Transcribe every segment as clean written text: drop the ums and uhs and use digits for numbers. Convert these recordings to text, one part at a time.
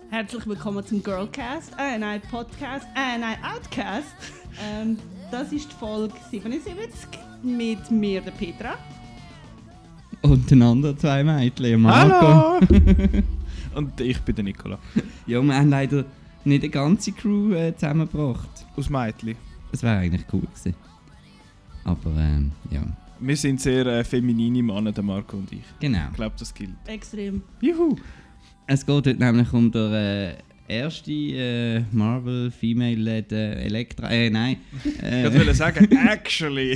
Herzlich willkommen zum Girlcast, ein Podcast, ein Outcast. Das ist die Folge 77 mit mir, der Petra. Und den anderen zwei Mädchen, Marco. Hallo! Und ich bin der Nicola. Ja, wir haben leider nicht eine ganze Crew zusammengebracht. Aus Mädchen. Das wäre eigentlich cool gewesen. Aber ja. Wir sind sehr feminine Männer, der Marco und ich. Genau. Ich glaube, das gilt. Extrem. Juhu! Es geht heute nämlich um den ersten Marvel Female-led Elektra... nein. Ich wollte sagen, actually.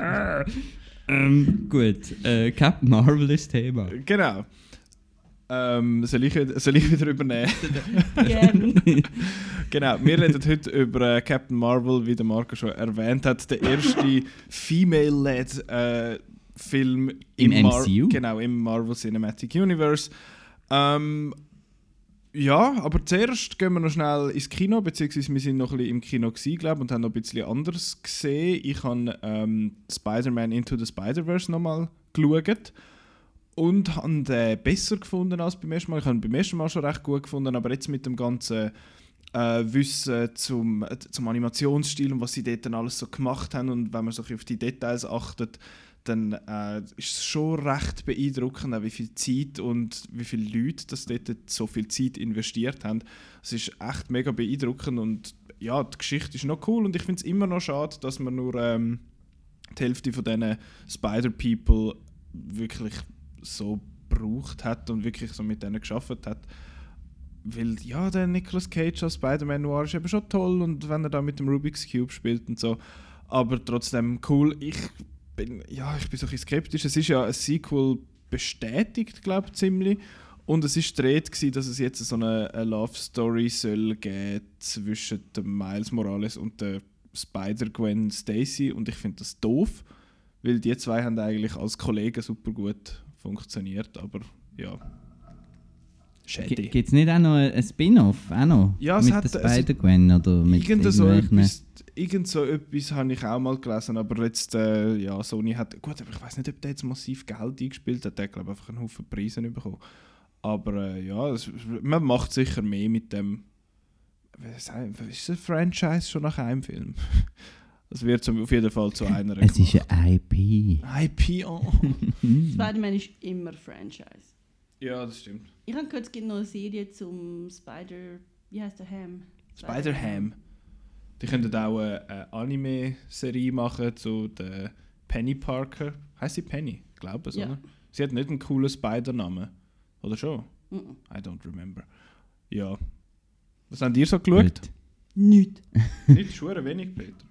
Gut, Captain Marvel ist das Thema. Genau. Soll ich wieder übernehmen? Gerne. Genau, wir reden heute über Captain Marvel, wie der Marco schon erwähnt hat. Der erste Female-led Film im MCU. Genau, im Marvel Cinematic Universe. Ja, aber zuerst gehen wir noch schnell ins Kino, beziehungsweise wir sind noch ein bisschen im Kino gewesen, glaube und haben noch ein bisschen anders gesehen. Ich habe Spider-Man Into the Spider-Verse nochmal geschaut und habe den besser gefunden als beim ersten Mal. Ich habe ihn beim ersten Mal schon recht gut gefunden, aber jetzt mit dem ganzen Wissen zum Animationsstil und was sie dort dann alles so gemacht haben und wenn man so auf die Details achtet, dann ist es schon recht beeindruckend, auch wie viel Zeit und wie viele Leute das dort so viel Zeit investiert haben. Es ist echt mega beeindruckend und ja, die Geschichte ist noch cool und ich finde es immer noch schade, dass man nur die Hälfte von diesen Spider-People wirklich so gebraucht hat und wirklich so mit denen gearbeitet hat. Weil ja, der Nicolas Cage als Spider-Man Noir ist eben schon toll und wenn er da mit dem Rubik's Cube spielt und so, aber trotzdem cool. Ich bin so ein bisschen skeptisch. Es ist ja ein Sequel bestätigt, glaube ich, ziemlich. Und es war gedreht, dass es jetzt so eine Love-Story soll geben zwischen dem Miles Morales und der Spider-Gwen Stacy. Und ich finde das doof, weil die zwei haben eigentlich als Kollegen super gut funktioniert. Aber ja, schade. Gibt es nicht auch noch ein Spin-off? Auch noch? Ja, mit der Spider-Gwen oder mit Irgend so etwas habe ich auch mal gelesen, aber jetzt, Sony hat, gut, aber ich weiß nicht, ob der jetzt massiv Geld eingespielt hat, der hat, glaube ich, einfach einen Haufen Preise bekommen. Aber man macht sicher mehr mit dem, ist ein Franchise schon nach einem Film? Das wird auf jeden Fall zu einer Es ist eine IP. IP, oh. Spider-Man ist immer Franchise. Ja, das stimmt. Ich habe gehört, es gibt noch eine Serie zum wie heißt der Ham? Spider-Ham. Die könnten auch eine Anime-Serie machen zu der Penny Parker. Heißt sie Penny? Ich glaube es, ja. Oder? Sie hat nicht einen coolen Spider-Namen. Oder schon? Mm-mm. I don't remember. Ja. Was habt ihr so geschaut? Nicht. Nicht schwer wenig, Petra.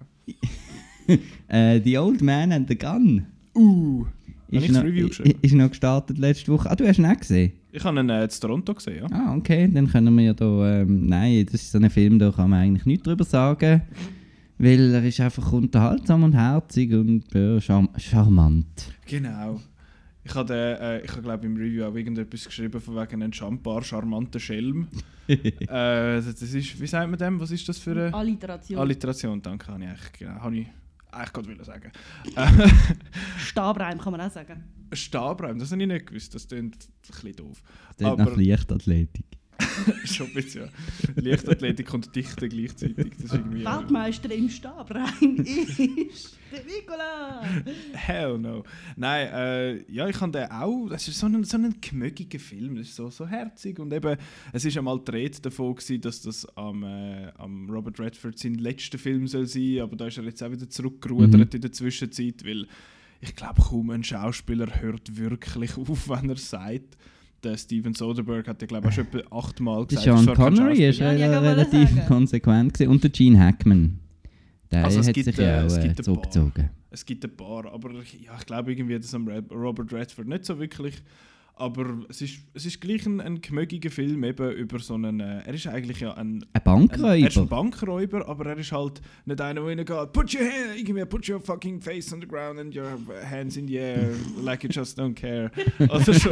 The Old Man and the Gun. Ist noch, Review geschrieben? Ist noch gestartet letzte Woche. Du hast ihn auch gesehen? Ich habe ihn in Toronto gesehen, ja. Ah, okay. Dann können wir ja da... nein, das ist so ein Film, da kann man eigentlich nichts drüber sagen. Weil er ist einfach unterhaltsam und herzig und charmant. Genau. Ich habe glaube im Review auch irgendetwas geschrieben von wegen einem schambar charmanten Schelm. Das ist, wie sagt man dem? Was ist das für eine... Alliteration. Alliteration, danke. Habe ich eigentlich gerade sagen. Stabreim kann man auch sagen. Stabreim, das habe ich nicht gewusst. Das klingt ein bisschen doof. Das klingt nach Leichtathletik. Schon ein bisschen, ja. Leichtathletik und Dichte gleichzeitig. Das ist irgendwie Weltmeister im Stabreim ist der Nicola. Hell no. Nein, ich habe den auch... Das ist so ein gemögiger Film. Das ist so herzig. Und eben, es war einmal die Rede davon gewesen, dass das am Robert Redford sein letzter Film soll sein. Aber da ist er jetzt auch wieder zurückgerudert in der Zwischenzeit, weil ich glaube, kaum ein Schauspieler hört wirklich auf, wenn er sagt... Der Steven Soderbergh hat ja, glaube ich, auch schon etwa 8-mal gesagt, Sean Connery ist relativ konsequent gewesen. Und der Gene Hackman. Der hat sich ja auch zurückgezogen. Es gibt ein paar, aber ich glaube irgendwie, dass Robert Redford nicht so wirklich... Aber es ist gleich ein gemögiger Film eben über so einen... er ist eigentlich ja ein Bankräuber. Er ist ein Bankräuber, aber er ist halt nicht einer, der reingeht, put your fucking face on the ground and your hands in the air, like you just don't care. Oder so.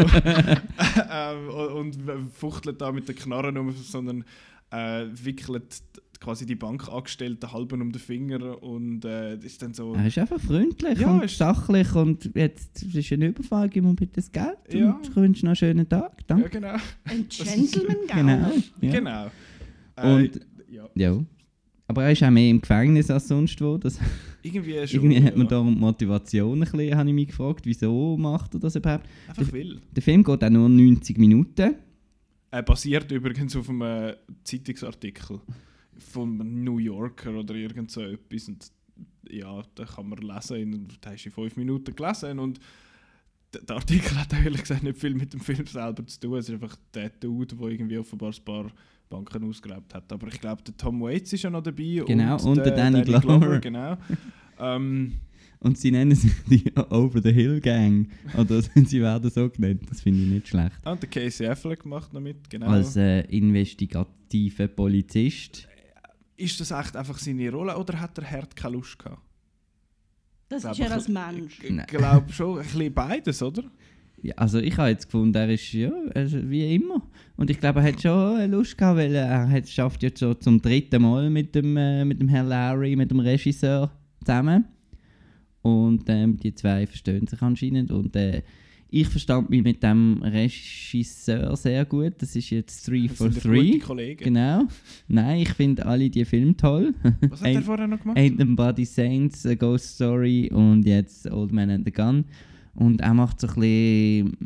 Und fuchtelt da mit den Knarren um, sondern wickelt quasi die Bankangestellten halb um den Finger und ist dann so... Er ist einfach freundlich Ja, und ist- sachlich und jetzt es ist ein Überfall, gib mir bitte das Geld Ja. und ich wünsche noch einen schönen Tag. Ja, Danke. genau. Ein Gentleman, gell? Genau. Ja. Genau. Und- Ja. Ja. Aber er ist auch mehr im Gefängnis als sonst wo. Das, Irgendwie schon. irgendwie hat man ja. da die Motivation ein bisschen, habe ich mich gefragt, wieso macht er das überhaupt? Einfach will. Der Film geht auch nur 90 Minuten. Basiert übrigens auf einem Zeitungsartikel vom New Yorker oder irgend so etwas. Und ja, da kann man lesen, da hast du in 5 Minuten gelesen und der Artikel hat ehrlich gesagt nicht viel mit dem Film selber zu tun. Es ist einfach der Dude, der irgendwie offenbar ein paar Banken ausgeraubt hat. Aber ich glaube, der Tom Waits ist ja noch dabei. Genau, und der Danny Glover. Genau. Und sie nennen sich die Over the Hill Gang. Oder sie werden so genannt. Das finde ich nicht schlecht. Und der Casey Affleck macht noch mit, genau. Als investigativer Polizist. Ist das echt einfach seine Rolle oder hat der Herd keine Lust gehabt? Das Glaub ist er ich- als Mensch. Ich glaube schon ein bisschen beides, oder? Ja, also ich habe jetzt gefunden, er ist ja also wie immer. Und ich glaube, er hat schon Lust gehabt, weil schafft jetzt schon zum 3. Mal mit dem Herrn Larry, mit dem Regisseur zusammen. Und die zwei verstehen sich anscheinend. Und ich verstand mich mit dem Regisseur sehr gut. Das ist jetzt 3 Das for sind ja gute 3. Kollegen. Genau. Nein, ich finde alle die Filme toll. Was hat er vorher noch gemacht? Ain't Them Body Saints, A Ghost Story und jetzt Old Man and the Gun. Und er macht so ein bisschen,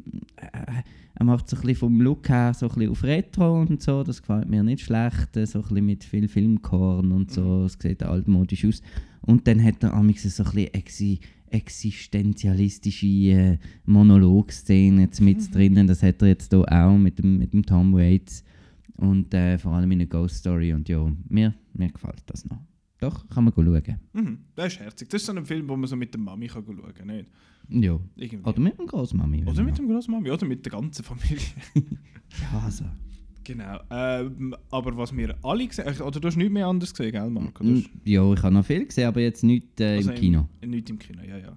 vom Look her so ein bisschen auf Retro und so. Das gefällt mir nicht schlecht. So ein bisschen mit viel Filmkorn und so. Es sieht altmodisch aus. Und dann hat er amigs so ein bisschen existenzialistische Monologszenen jetzt mit drinnen. Das hat er jetzt hier auch mit dem Tom Waits. Und vor allem in der Ghost Story. Und ja, mir gefällt das noch. Doch, kann man schauen. Mhm, das ist herzig. Das ist so ein Film, wo man so mit der Mami kann schauen kann, nicht? Ja. Irgendwie. Oder mit dem Großmami. Oder mit dem Großmami, oder mit der ganzen Familie. Ja, also. Genau. Aber was wir alle gesehen haben, oder du hast nichts mehr anderes gesehen, gell, Marco? Du hast- Ja, ich habe noch viel gesehen, aber jetzt nicht also im Kino. Nicht im Kino, ja.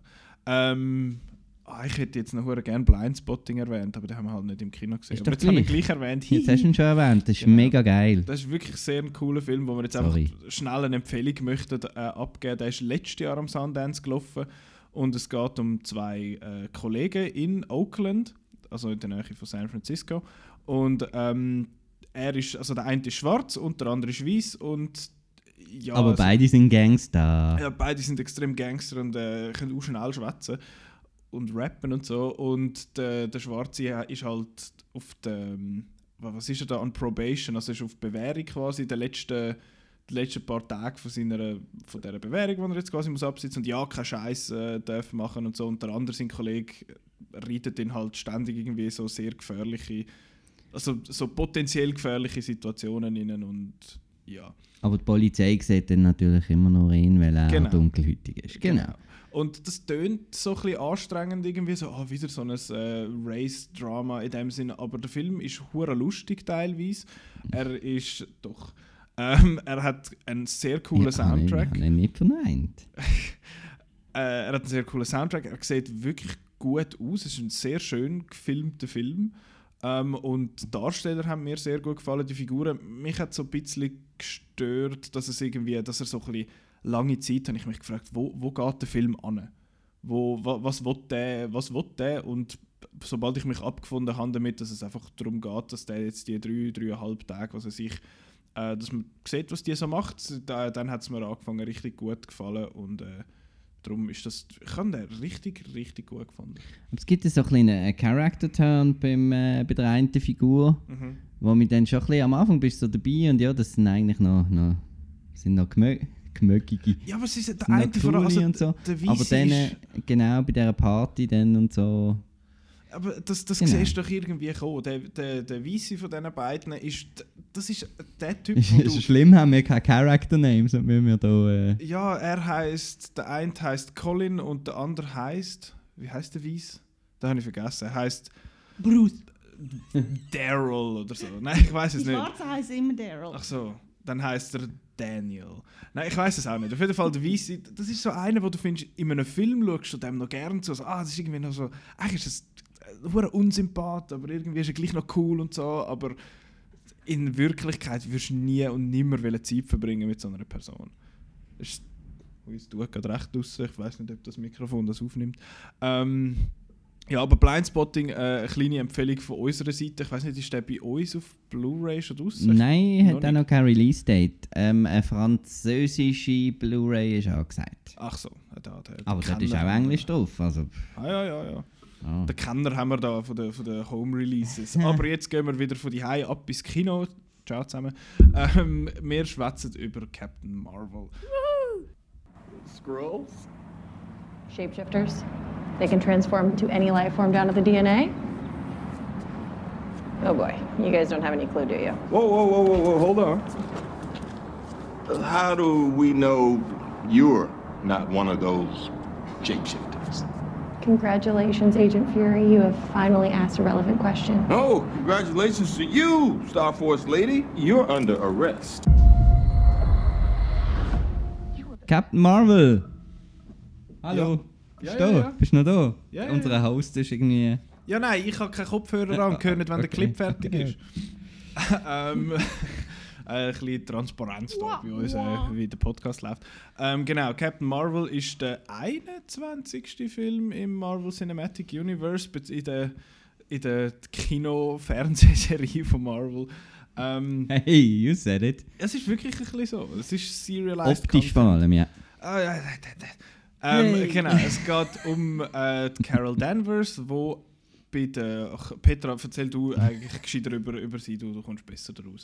Ich hätte jetzt noch gerne Blindspotting erwähnt, aber den haben wir halt nicht im Kino gesehen. Ist Aber doch jetzt haben wir gleich. gleich erwähnt. Jetzt hast du ihn schon erwähnt, das ist Genau. mega geil. Das ist wirklich sehr ein cooler Film, wo wir jetzt Sorry. einfach schnell eine Empfehlung möchten abgeben. Der ist letztes Jahr am Sundance gelaufen und es geht um 2 Kollegen in Oakland, also in der Nähe von San Francisco. Und er ist, also der eine ist schwarz und der andere ist weiß und ja, aber also- beide sind Gangster. ja, beide sind extrem Gangster und können auch schnell schwätzen und rappen und so. Und der Schwarze ist halt auf der, was ist er da, on Probation, also ist auf Bewährung quasi, die letzten paar Tage von dieser Bewährung, die er jetzt quasi muss absitzen und ja, keinen Scheiß darf machen und so. Und der andere, sein Kollege, reitet ihn halt ständig irgendwie so sehr gefährliche, also so potenziell gefährliche Situationen rein und ja. Aber die Polizei sieht dann natürlich immer nur ihn, weil er Genau. dunkelhäutig ist. Genau. Und das tönt so ein bisschen anstrengend irgendwie, so wieder so ein Race-Drama in dem Sinne, aber der Film ist hure lustig teilweise. Er ist doch... er hat einen sehr coolen Soundtrack. Ich habe ihn nicht verneint. Er hat einen sehr coolen Soundtrack. Er sieht wirklich gut aus. Es ist ein sehr schön gefilmter Film. Und die Darsteller haben mir sehr gut gefallen, die Figuren. Mich hat so ein bisschen gestört, dass er so ein bisschen lange Zeit, habe ich mich gefragt, wo geht der Film an? Was will der? Und sobald ich mich abgefunden habe damit, dass es einfach darum geht, dass der jetzt die 3,5 Tage, was er sich, dass man sieht, was die so macht, dann hat es mir angefangen richtig gut gefallen und darum ist das, ich habe den richtig, richtig gut gefunden. Aber es gibt so ein einen Character-Turn bei der einen Figur, wo mich dann schon ein bisschen am Anfang bist so dabei und ja, das sind eigentlich noch gemögige. Ja, aber es ist der sind noch eine von coole also und so. der Aber Weisse dann, ist, genau, bei dieser Party dann und so. aber das Genau. siehst du doch irgendwie kommen. Der Weisse von diesen beiden ist, das ist der Typ, Ist wo es du... schlimm, haben wir keine Character-Names und müssen wir da... Ja, der eine heisst Colin und der andere heisst, wie heisst der Weiss? Da habe ich vergessen. Er heisst Bruce. Daryl oder so. Nein, ich weiß es Die nicht. Schwarze heisst immer Daryl. Ach so, dann heisst er Daniel. Nein, ich weiß es auch nicht. Auf jeden Fall der Weisse, das ist so einer, wo du findest, in einem Film schaust du dem noch gerne zu. So, das ist irgendwie noch so, eigentlich ist das ein unsympath, aber irgendwie ist er gleich noch cool und so, aber in Wirklichkeit würdest du nie und nimmer Zeit verbringen mit so einer Person. Es tut gerade recht draussen, ich weiss nicht, ob das Mikrofon das aufnimmt. Ja, aber Blindspotting, eine kleine Empfehlung von unserer Seite. Ich weiss nicht, ist der bei uns auf Blu-ray schon draussen? Nein, hat auch noch kein Release-Date. Eine französische Blu-ray ist angesagt. Ach so, da. Aber dort ist auch Englisch drauf. Also. Ja. Ah. Den Kenner haben wir da von den Home-Releases. Aber jetzt gehen wir wieder von die Hause ab ins Kino. Ciao zusammen. Wir schwätzen über Captain Marvel. Skrulls? Shapeshifters. They can transform into any life form down to the DNA. Oh boy, you guys don't have any clue, do you? Whoa, hold on. How do we know you're not one of those shapeshifters? Congratulations, Agent Fury. You have finally asked a relevant question. Oh, congratulations to you, Star Force lady. You're under arrest. Captain Marvel! Hallo! Ja. Bist du da? Bist du noch da? Ja. Unser Host ist irgendwie... Ja, nein, ich habe keinen Kopfhörer an und höre nicht, wenn der Clip fertig ist. Ein bisschen Transparenz da bei uns, wie der Podcast läuft. Genau, Captain Marvel ist der 21. Film im Marvel Cinematic Universe in der Kino-Fernsehserie von Marvel. Hey, you said it. Es ist wirklich ein bisschen so. Es ist serialized Optisch vor allem, ja. Genau, es geht um die Carol Danvers, wo bei der... Petra, erzähl du eigentlich gescheiter über sie, du kommst besser daraus.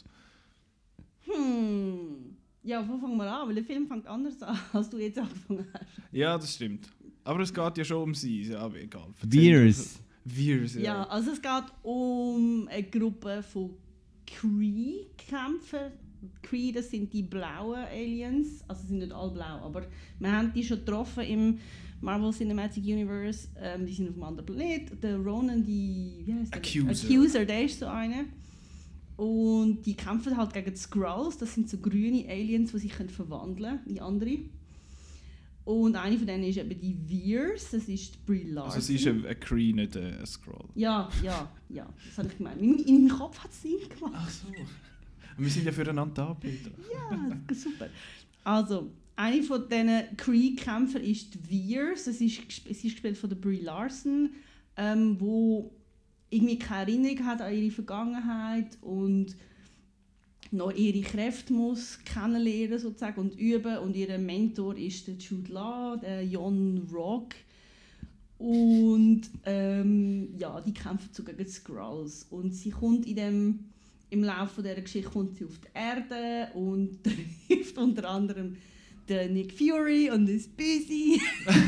Ja, wo fangen wir an? Weil der Film fängt anders an, als du jetzt angefangen hast. Ja, das stimmt. Aber es geht ja schon um sie, ja, aber egal. Veers, Ja, also es geht um eine Gruppe von Kree-Kämpfern. Kree, das sind die blauen Aliens. Also sie sind nicht alle blau, aber wir haben die schon getroffen im Marvel Cinematic Universe. Die sind auf einem anderen Planet. Der Ronan, wie heißt der? Accuser, der ist so einer. Und die kämpfen halt gegen die Skrulls. Das sind so grüne Aliens, die sich verwandeln können in andere. Und eine von denen ist eben die Veers, das ist die Brie Larson. Also sie ist ein Kree, nicht ein Skrull. Ja, das habe ich gemeint. In meinem Kopf hat es Sinn gemacht. Ach so. Und wir sind ja füreinander da, Peter. Ja, super. Also, eine von diesen Kree-Kämpfern ist die Veers. Sie ist gespielt von der Brie Larson, wo irgendwie keine Erinnerung hat an ihre Vergangenheit und noch ihre Kräfte muss kennenlernen sozusagen und üben. Und ihr Mentor ist der Jude Law, der Jon Rock. Und die kämpfen so gegen die Skrulls. Und sie kommt im Laufe dieser Geschichte kommt sie auf die Erde und trifft unter anderem den Nick Fury und das Büsi.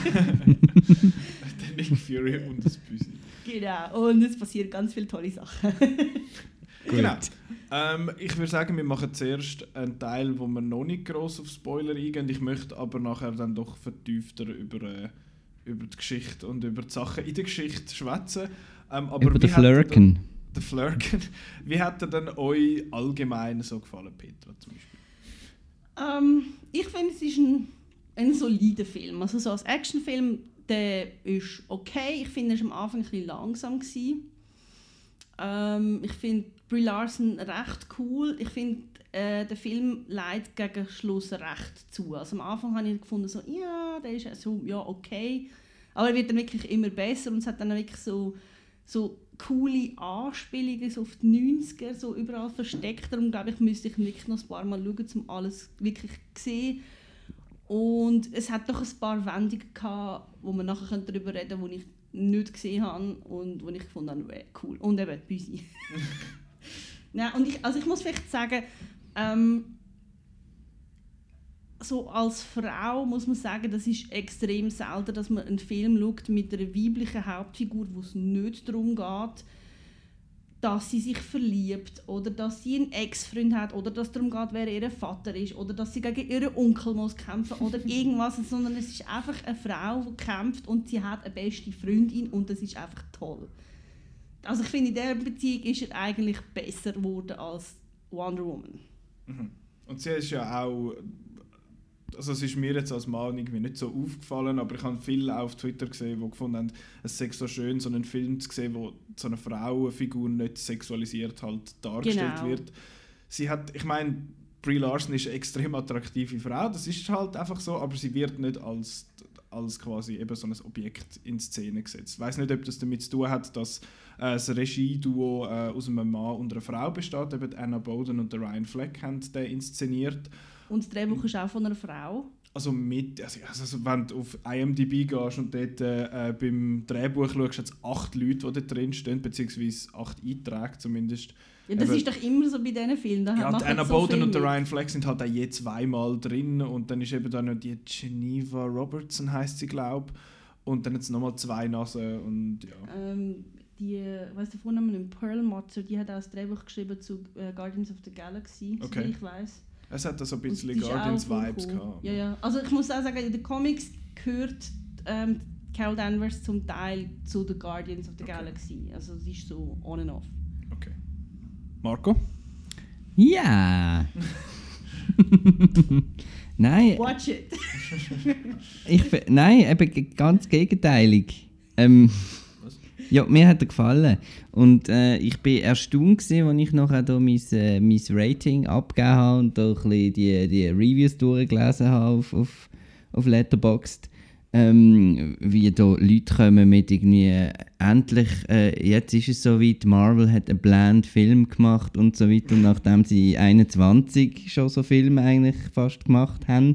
Der Nick Fury und das Büsi. Genau, und es passieren ganz viele tolle Sachen. Genau. Ich würde sagen, wir machen zuerst einen Teil, wo wir noch nicht gross auf Spoiler eingehen. Ich möchte aber nachher dann doch vertiefter über die Geschichte und über die Sachen in der Geschichte schwätzen. Über den Flurken. Der Flurken. Wie hat er denn euch allgemein so gefallen, Petra, zum Beispiel? Ich finde, es ist ein solider Film. Also so als Actionfilm, der ist okay. Ich finde, er war am Anfang ein bisschen langsam gewesen. Ich finde Brie Larson recht cool. Ich finde, der Film leitet gegen Schluss recht zu. Also am Anfang habe ich gefunden, so, ja, der ist so, ja, okay. Aber er wird dann wirklich immer besser und es hat dann wirklich so coole Anspielungen so auf die 90er, so überall versteckt. Darum glaube ich, müsste ich wirklich noch ein paar Mal schauen, um alles wirklich zu sehen. Und es hat doch ein paar Wendungen gehabt, wo wir nachher darüber reden können, die ich nicht gesehen habe und wo ich gefunden habe, cool. Und eben die Büsi. Ja, und ich muss vielleicht sagen, so als Frau muss man sagen, das ist extrem selten, dass man einen Film schaut mit einer weiblichen Hauptfigur, wo es nicht darum geht, dass sie sich verliebt oder dass sie einen Ex-Freund hat oder dass es darum geht, wer ihr Vater ist oder dass sie gegen ihren Onkel muss kämpfen oder irgendwas, sondern es ist einfach eine Frau, die kämpft und sie hat eine beste Freundin und das ist einfach toll. Also ich finde, in dieser Beziehung ist er eigentlich besser geworden als Wonder Woman. Mhm. Und sie ist ja auch... Also es ist mir jetzt als Mann irgendwie nicht so aufgefallen, aber ich habe viele auf Twitter gesehen, die gefunden haben, es sei so schön, so einen Film zu sehen, wo so eine Frauenfigur nicht sexualisiert halt dargestellt wird. sie hat, ich meine, Brie Larson ist eine extrem attraktive Frau, das ist halt einfach so, aber sie wird nicht als quasi eben so ein Objekt in Szene gesetzt. Ich weiss nicht, ob das damit zu tun hat, dass das Regie-Duo aus einem Mann und einer Frau besteht. Eben Anna Boden und der Ryan Fleck haben den inszeniert. Und das Drehbuch ist auch von einer Frau? Also wenn du auf IMDb gehst und dort beim Drehbuch schaust, hat es 8 Leute, die da drin stehen, beziehungsweise 8 Einträge zumindest. Ja, das ist doch immer so bei diesen Filmen. Ja, die Anna Boden und der Ryan Fleck sind halt auch je 2-mal drin und dann ist eben da noch die Geneva Robertson, heisst sie, glaube ich. Und dann hat es nochmal 2 Nasen und ja. Weißt du, Vornamen nicht, Pearl Motzer, die hat auch das Drehbuch geschrieben zu Guardians of the Galaxy, okay. soweit ich weiss. Es hat da so ein bisschen Guardians-Vibes gehabt. Ja. Also ich muss auch sagen, in den Comics gehört Carol Danvers zum Teil zu den Guardians of the Galaxy. Also sie ist so on and off. Okay. Marco? Ja! Nein. Watch it! Nein, eben ganz gegenteilig. Ja, mir hat er gefallen. Und ich war erstaunt, als ich nachher da mein Rating abgegeben habe und da ein bisschen die Reviews durchgelesen habe auf Letterboxd. Wie da Leute kommen mit irgendwie endlich, jetzt ist es soweit, Marvel hat einen planned Film gemacht und so weiter, nachdem sie 21 schon so Filme eigentlich fast gemacht haben.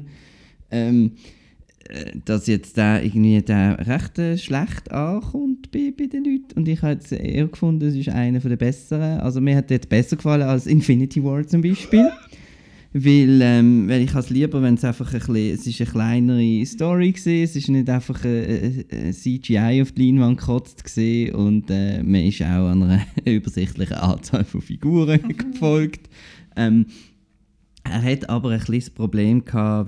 Dass jetzt der recht schlecht ankommt bei den Leuten. Und ich habe jetzt eher gefunden, es ist einer der besseren. Also mir hat jetzt besser gefallen als Infinity War zum Beispiel. Weil ich es lieber, wenn es einfach es ist eine kleinere Story war, es ist nicht einfach ein CGI auf die Leinwand gekotzt gewesen und man ist auch an einer übersichtlichen Anzahl von Figuren gefolgt. Er hat aber ein kleines Problem gehabt,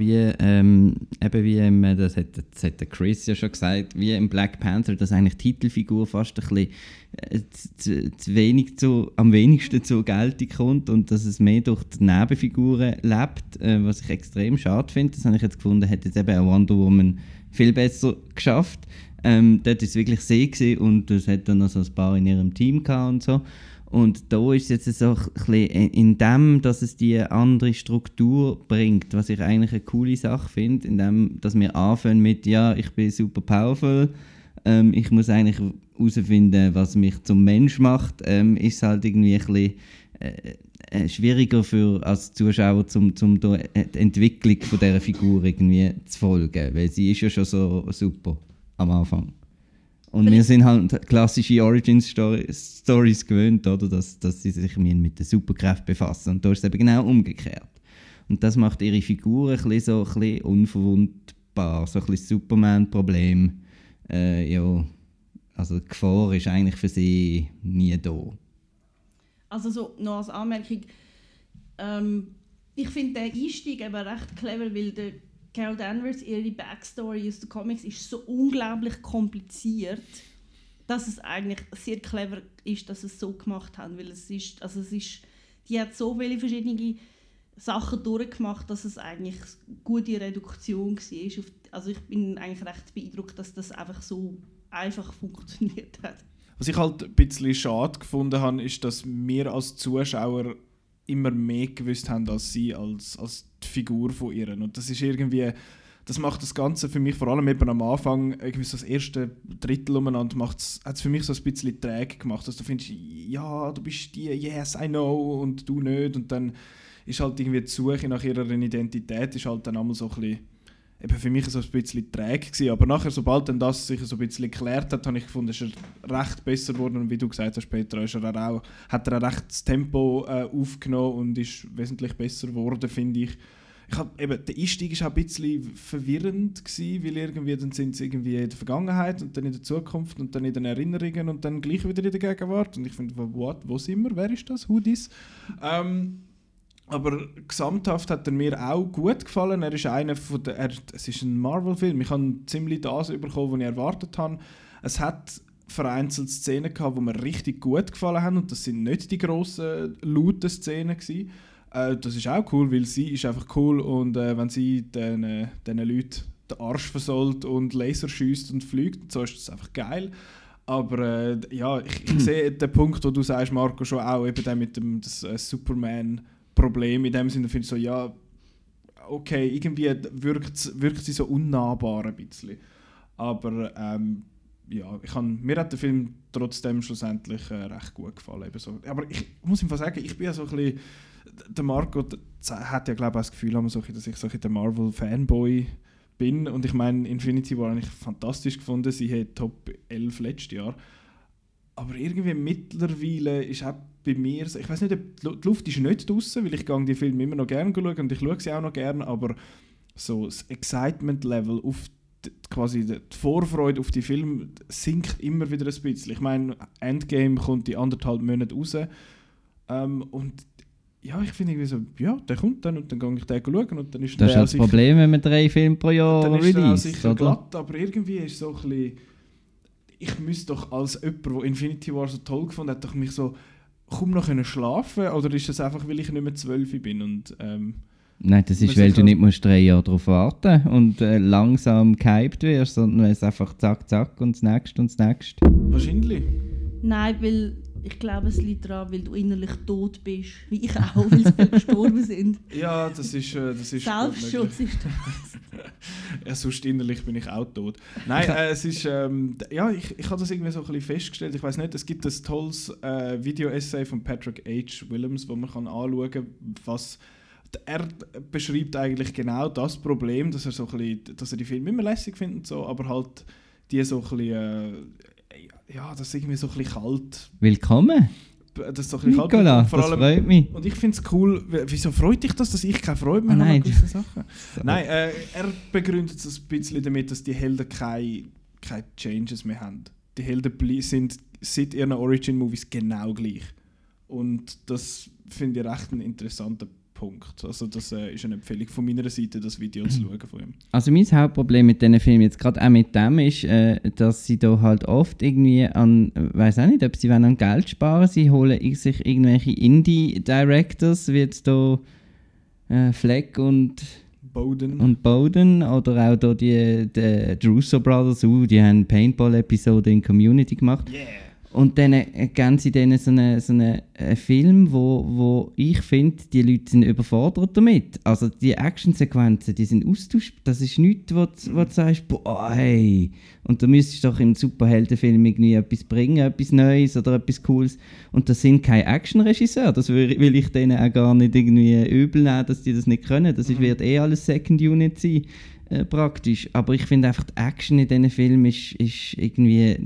das hat der Chris ja schon gesagt, wie im Black Panther, dass eigentlich die Titelfigur fast ein bisschen am wenigsten zur Geltung kommt und dass es mehr durch die Nebenfiguren lebt, was ich extrem schade finde. Das habe ich jetzt gefunden, hat jetzt eben auch Wonder Woman viel besser geschafft. Dort war es wirklich sie und es hat dann noch so ein paar in ihrem Team gehabt und so. Und da ist es jetzt so ein bisschen in dem, dass es die andere Struktur bringt, was ich eigentlich eine coole Sache finde, in dem, dass wir anfangen mit, ja, ich bin super powerful, ich muss eigentlich herausfinden, was mich zum Mensch macht, ist halt irgendwie ein bisschen schwieriger als Zuschauer, um die Entwicklung von dieser Figur irgendwie zu folgen, weil sie ist ja schon so super am Anfang. Und wir sind halt klassische Origin-Stories gewöhnt, oder? Dass sie sich mit den Superkräften befassen. Und da ist es eben genau umgekehrt. Und das macht ihre Figur ein bisschen unverwundbar, so ein bisschen Superman-Problem. Ja, also die Gefahr ist eigentlich für sie nie da. Also so noch als Anmerkung, ich finde den Einstieg eben recht clever, weil der Carol Danvers, ihre Backstory aus den Comics ist so unglaublich kompliziert, dass es eigentlich sehr clever ist, dass sie es so gemacht haben, weil die hat so viele verschiedene Sachen durchgemacht, dass es eigentlich eine gute Reduktion war. Also ich bin eigentlich recht beeindruckt, dass das einfach so einfach funktioniert hat. Was ich halt ein bisschen schade gefunden habe, ist, dass wir als Zuschauer immer mehr gewusst haben als sie, als die Figur von ihr. Und das ist irgendwie, das macht das Ganze für mich, vor allem eben am Anfang, irgendwie so das erste Drittel umeinander, hat es für mich so ein bisschen träge gemacht, dass du findest, ja, du bist die, yes, I know, und du nicht. Und dann ist halt irgendwie die Suche nach ihrer Identität ist halt dann einmal so ein bisschen, eben für mich so ein bisschen träge gewesen. Aber nachher, sobald dann das sich so ein bisschen geklärt hat, habe ich gefunden, ist er recht besser geworden. Und wie du gesagt hast, Petra, hat er auch recht das Tempo aufgenommen und ist wesentlich besser geworden, finde ich. Der Einstieg war auch ein bisschen verwirrend gewesen, weil irgendwie, dann sind sie irgendwie in der Vergangenheit und dann in der Zukunft und dann in den Erinnerungen und dann gleich wieder in der Gegenwart. Und ich finde, wo sind wir? Wer ist das? Who this? Aber gesamthaft hat er mir auch gut gefallen. Er ist es ist ein Marvel-Film. Ich habe ziemlich das bekommen, was ich erwartet habe. Es hat vereinzelt Szenen gehabt, die mir richtig gut gefallen haben. Und das sind nicht die grossen, lauten Szenen gewesen. Das ist auch cool, weil sie ist einfach cool. Und wenn sie diesen Leuten den Arsch versohlt und Laser schiesst und fliegt, so ist das einfach geil. Aber ich sehe den Punkt, wo du sagst, Marco, schon auch, eben der mit dem Superman Problem in dem Sinne, finde ich so, ja, okay, irgendwie wirkt sie so unnahbar ein bisschen. Aber ja, mir hat der Film trotzdem schlussendlich recht gut gefallen. Eben so. Aber ich muss ihm sagen, ich bin ja so ein bisschen, der Marco hat ja glaube ich das Gefühl, dass ich so ein der Marvel-Fanboy bin. Und ich meine, Infinity War habe ich fantastisch gefunden, sie hat Top 11 letztes Jahr. Aber irgendwie mittlerweile ist auch bei mir, ich weiß nicht, ob die Luft ist nicht draussen, weil ich gehe die Filme immer noch gerne schauen und ich schaue sie auch noch gerne, aber so das Excitement-Level auf quasi die Vorfreude auf die Filme sinkt immer wieder ein bisschen. Ich meine, Endgame kommt die 1,5 Monate raus und ja, ich finde irgendwie so, ja, der kommt dann und dann gehe ich den schauen und dann ist das ist das Problem, wenn man 3 Filme pro Jahr release. Dann ist der sicher glatt, aber irgendwie ist so ein bisschen, ich müsste doch als jemand, der Infinity War so toll gefunden hat, doch mich so kaum noch schlafen können, oder ist das einfach, weil ich nicht mehr 12 bin und nein, das ist, weil du nicht musst 3 Jahre darauf warten und langsam gehypt wirst, sondern weil es einfach zack, zack und das nächste und das nächste. Wahrscheinlich. Nein, weil ich glaube, es liegt daran, weil du innerlich tot bist. Wie ich auch, weil sie gestorben sind. Ja, das ist Selbstschutz ist das. Ja, sonst innerlich bin ich auch tot. Nein, es ist, ja, ich habe das irgendwie so ein bisschen festgestellt. Ich weiß nicht, es gibt ein tolles Video-Essay von Patrick H. Willems, wo man anschauen kann, was er beschreibt eigentlich genau das Problem, dass er so ein bisschen, dass er die Filme immer lässig findet und so, aber halt die so ein bisschen, ja, das ist irgendwie so ein bisschen kalt. Willkommen! Das ist so ein bisschen Nicola, kalt. das freut mich. Und ich finde es cool, wieso freut dich das, dass ich keine Freude mehr habe an gewissen Sachen? Nein, er begründet es ein bisschen damit, dass die Helden keine Changes mehr haben. Die Helden sind seit ihren Origin-Movies genau gleich. Und das finde ich recht einen interessanten Punkt. Also das ist eine Empfehlung von meiner Seite, das Video zu schauen von ihm. Also mein Hauptproblem mit diesen Filmen, jetzt gerade auch mit dem, ist, dass sie da halt oft irgendwie an, weiß auch nicht, ob sie an Geld sparen, sie holen sich irgendwelche Indie-Directors, wie jetzt da Fleck und Bowden oder auch da die Russo Brothers, die haben eine Paintball-Episode in Community gemacht. Yeah. Und dann geben sie denen so einen Film, wo ich finde, die Leute sind überfordert damit. Also die Actionsequenzen, die sind austauschbar. Das ist nichts, wo du sagst, boah, hey. Und du müsstest doch im Superheldenfilm irgendwie etwas bringen, etwas Neues oder etwas Cooles. Und das sind keine Actionregisseure. Das will ich denen auch gar nicht irgendwie übel nehmen, dass die das nicht können. Das wird alles Second Unit sein, praktisch. Aber ich finde einfach, die Action in diesen Filmen ist irgendwie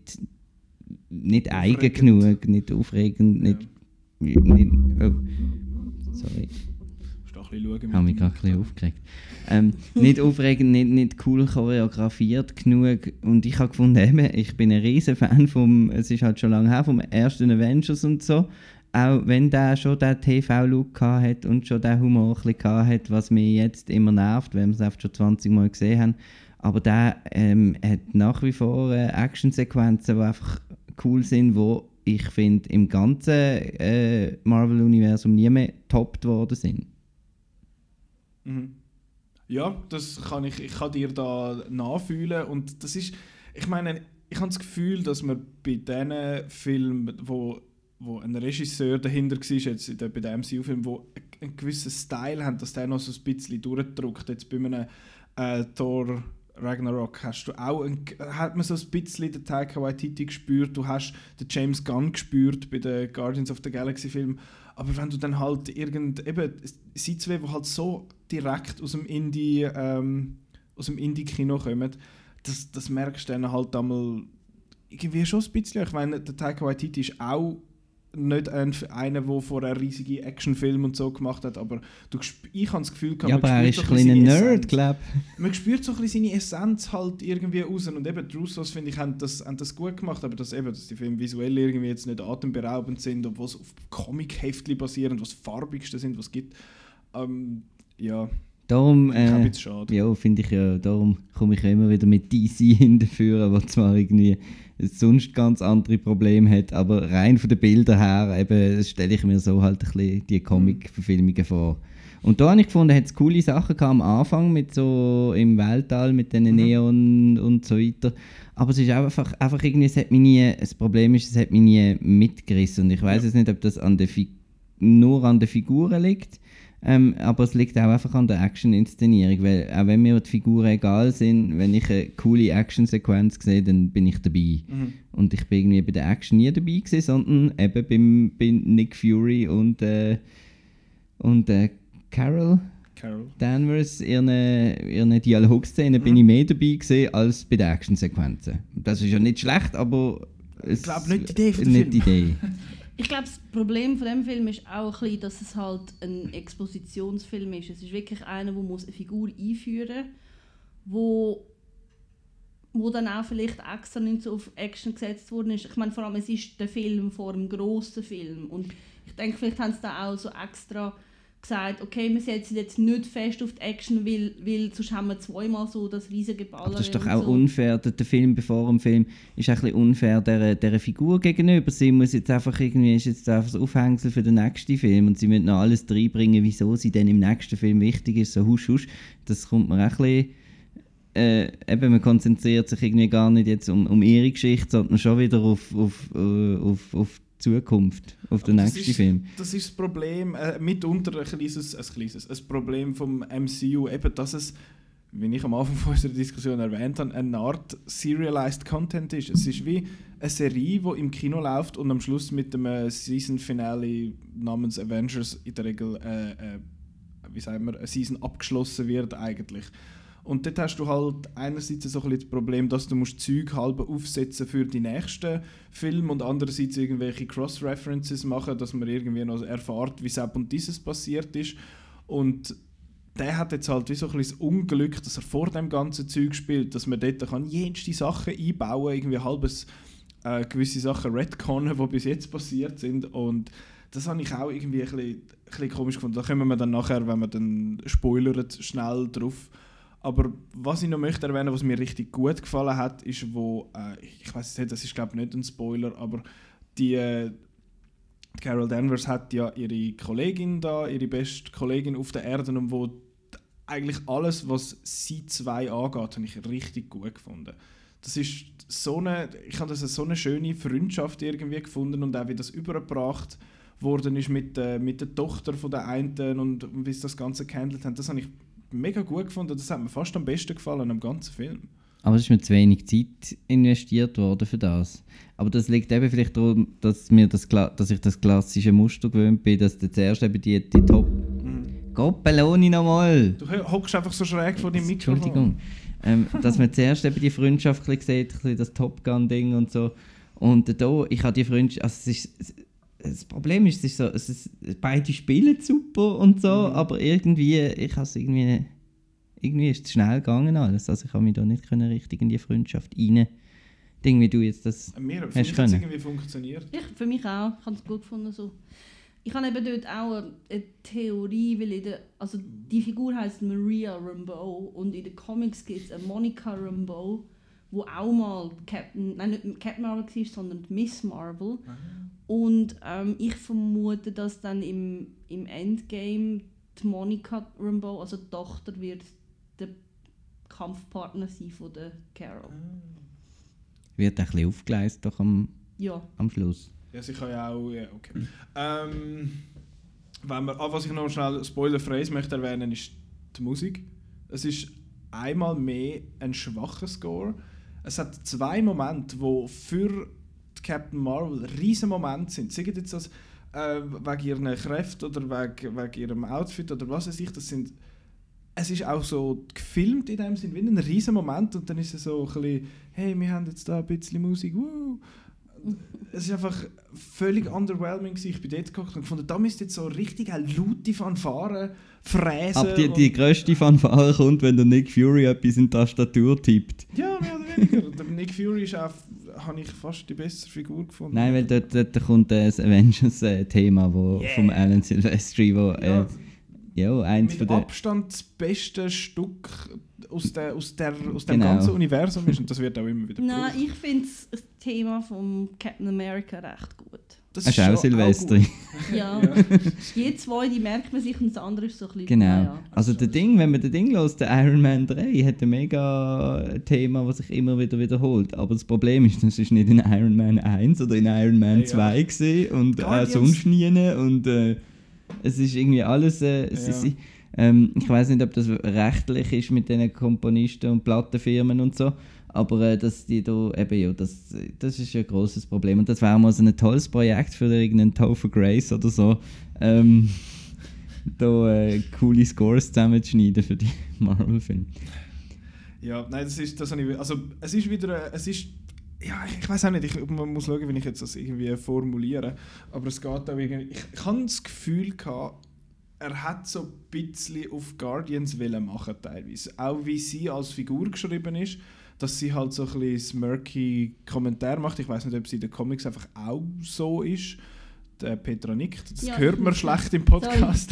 nicht eigen genug, nicht aufregend, nicht oh, sorry. Ich habe mich gerade ein bisschen aufgeregt. Nicht aufregend, nicht cool choreografiert genug. Und ich habe gefunden, ich bin ein riesen Fan es ist halt schon lange her, vom ersten Avengers und so. Auch wenn der schon den TV-Look hat und schon den Humor ein bisschen hat, was mich jetzt immer nervt, wenn wir es einfach schon 20 Mal gesehen haben. Aber der hat nach wie vor Actionsequenzen, die einfach cool sind, wo ich finde, im ganzen Marvel-Universum nie mehr getoppt worden sind. Mhm. Ja, das kann ich kann dir da nachfühlen und das ist, ich meine, ich habe das Gefühl, dass man bei diesen Filmen, wo ein Regisseur dahinter war, jetzt bei dem MCU-Film, wo einen gewissen Style haben, dass der noch so ein bisschen durchdrückt. Jetzt bei einem Thor Ragnarok hat man so ein bisschen den Taika Waititi gespürt, du hast den James Gunn gespürt bei den Guardians of the Galaxy Film, aber wenn du dann halt sie zwei, die halt so direkt aus dem Indie-Kino kommen, das merkst du dann halt einmal irgendwie schon ein bisschen. Ich meine, der Taika Waititi ist auch nicht einer, der vorher riesige Actionfilme und so gemacht hat, aber ich habe das Gefühl, ja, aber er ist ein kleiner Nerd, glaube ich. Man spürt so ein bisschen seine Essenz halt irgendwie raus und eben die Russos, finde ich, haben das gut gemacht, aber dass die Filme visuell irgendwie jetzt nicht atemberaubend sind, obwohl sie auf Comic-Heftchen basieren, was farbigste sind, was es gibt. Ja, darum, schade. Ja, finde ich ja, darum komme ich ja immer wieder mit DC hinterführen, was zwar irgendwie sonst ganz andere Probleme hat, aber rein von den Bildern her eben, stelle ich mir so halt ein bisschen die Comic-Verfilmungen vor. Und da habe ich gefunden, hat es coole Sachen am Anfang mit so im Weltall mit den Neon und so weiter. Aber es ist einfach irgendwie, das Problem ist, es hat mich nie mitgerissen. Und ich weiß jetzt nicht, ob das an der nur an den Figuren liegt. Aber es liegt auch einfach an der Action-Inszenierung, weil auch wenn mir die Figuren egal sind, wenn ich eine coole Action-Sequenz sehe, dann bin ich dabei. Und ich bin irgendwie bei der Action nie dabei gewesen, sondern eben bei Nick Fury und Carol Danvers, ihren Dialogszenen bin ich mehr dabei gewesen als bei den Action-Sequenzen. Das ist ja nicht schlecht, aber ich glaube nicht die Idee von dem Film. Ich glaube, das Problem von dem Film ist auch ein bisschen, dass es halt ein Expositionsfilm ist. Es ist wirklich einer, der eine Figur einführen muss, wo dann auch vielleicht extra nicht so auf Action gesetzt worden ist. Ich meine, vor allem, es ist der Film vor einem grossen Film. Und ich denke, vielleicht haben sie da auch so extra gesagt, okay, wir setzen jetzt nicht fest auf die Action, weil sonst haben wir zweimal so das riesige Ballern. Aber das ist doch auch unfair, der Film bevor dem Film ist ein bisschen unfair dieser Figur gegenüber. Sie muss jetzt einfach irgendwie, ist jetzt einfach das Aufhängsel für den nächsten Film und sie müssen noch alles reinbringen, wieso sie dann im nächsten Film wichtig ist, so husch husch. Das kommt mir auch ein bisschen, eben man konzentriert sich irgendwie gar nicht jetzt um ihre Geschichte, sondern schon wieder auf Zukunft, auf den nächsten Film. Das ist das Problem, mitunter ein Problem vom MCU, eben, dass es, wie ich am Anfang von unserer Diskussion erwähnt habe, eine Art Serialized Content ist. Es ist wie eine Serie, die im Kino läuft und am Schluss mit dem Season Finale namens Avengers in der Regel eine Season abgeschlossen wird eigentlich. Und dort hast du halt einerseits so ein bisschen das Problem, dass du Zeug halb aufsetzen für die nächsten Filme und andererseits irgendwelche Cross-References machen, dass man irgendwie noch erfährt, wie das und dieses passiert ist. Und der hat jetzt halt wie so ein bisschen das Unglück, dass er vor dem ganzen Zeug spielt, dass man dort kann jenste Sachen einbauen, irgendwie halbes gewisse Sachen retconnen, die bis jetzt passiert sind. Und das habe ich auch irgendwie ein bisschen komisch gefunden. Da kommen wir dann nachher, wenn wir dann spoilern, schnell drauf. Aber was ich noch möchte erwähnen, was mir richtig gut gefallen hat, ist, wo, ich weiß nicht, das ist glaube ich nicht ein Spoiler, aber die Carol Danvers hat ja ihre Kollegin da, ihre beste Kollegin auf der Erde, und wo eigentlich alles, was sie zwei angeht, habe ich richtig gut gefunden. Das ist ich habe das so eine schöne Freundschaft irgendwie gefunden und auch wie das übergebracht worden ist mit der Tochter von der einen und wie sie das Ganze gehandelt haben. Das habe ich mega gut gefunden. Das hat mir fast am besten gefallen am ganzen Film. Aber es ist mir zu wenig Zeit investiert worden für das. Aber das liegt eben vielleicht daran, dass ich das klassische Muster gewöhnt bin, dass du zuerst eben die Top... Gott, Belloni nochmal! Du hockst einfach so schräg vor dem Mikrofon. Entschuldigung. Dass man zuerst eben die Freundschaft sieht, das Top Gun-Ding und so. Und da, ich habe die Freundschaft... Also das Problem ist, beide spielen super und so, aber irgendwie ist es schnell gegangen alles. Also ich habe mich da nicht richtig in die Freundschaft rein, wie du jetzt das für mich hast hat es können. irgendwie funktioniert. Für mich auch. Ich habe es gut gefunden. So. Ich habe eben dort auch eine Theorie, weil also die Figur heisst Maria Rambeau und in den Comics gibt es eine Monica Rambeau, wo auch mal nicht Captain Marvel war, sondern Miss Marvel. Und ich vermute, dass dann im Endgame die Monica Rambeau, also die Tochter, wird der Kampfpartner sein von der Carol. Wird ein bisschen aufgeleistet doch am Schluss. Ja, sie kann ja auch... Ja, okay. Was ich noch schnell spoilerfrei möchte erwähnen, ist die Musik. Es ist einmal mehr ein schwacher Score. Es hat 2 Momente, die für Captain Marvel riesen Momente sind. Sei jetzt das wegen ihren Kräften oder wegen ihrem Outfit oder was weiß ich. Es ist auch so gefilmt in dem Sinn, wie ein riesen Moment, und dann ist es so ein bisschen, hey, wir haben jetzt da ein bisschen Musik, woo. Es ist einfach völlig underwhelming. Ich bin dort geguckt und gefunden, da müsste jetzt so richtig eine laute Fanfare fräsen. Aber die grösste Fanfare kommt, wenn der Nick Fury etwas in die Tastatur tippt. Ja, mehr oder weniger. Der Nick Fury ist auch, habe ich fast die bessere Figur gefunden. Nein, weil dort kommt das Avengers-Thema vom Alan Silvestri, wo eins mit von Abstand das beste Stück aus dem Genau. ganzen Universum ist, und das wird auch immer wieder Nein, gebraucht. ich finde das Thema vom Captain America recht gut. Das ist auch schon Silvestri. gut. Ja, die 2, die merkt man sich, und das andere ist so ein bisschen... Genau. Ja. Also wenn man das Ding hört, der Iron Man 3 hat ein mega Thema, das sich immer wieder wiederholt. Aber das Problem ist, das ist nicht in Iron Man 1 oder in Iron Man 2 gewesen und sonst nie. Und Es ist irgendwie alles... ich weiß nicht, ob das rechtlich ist mit den Komponisten und Plattenfirmen und so, aber dass die da eben, ja, das ist ein grosses Problem. Und das wäre mal so ein tolles Projekt für irgendeinen Topher Grace oder so, da coole Scores zusammenzuschneiden für die Marvel-Filme. Ja, nein, das habe ich... Also, es ist wieder... Ja, ich weiß auch nicht, man muss schauen, wie ich jetzt das irgendwie formuliere, aber es geht auch irgendwie... Ich habe das Gefühl gehabt, er hat so ein bisschen auf Guardians machen teilweise. Auch wie sie als Figur geschrieben ist, dass sie halt so ein bisschen smirky Kommentar macht. Ich weiß nicht, ob sie in den Comics einfach auch so ist. Der Petra nickt, das hört man schlecht im Podcast.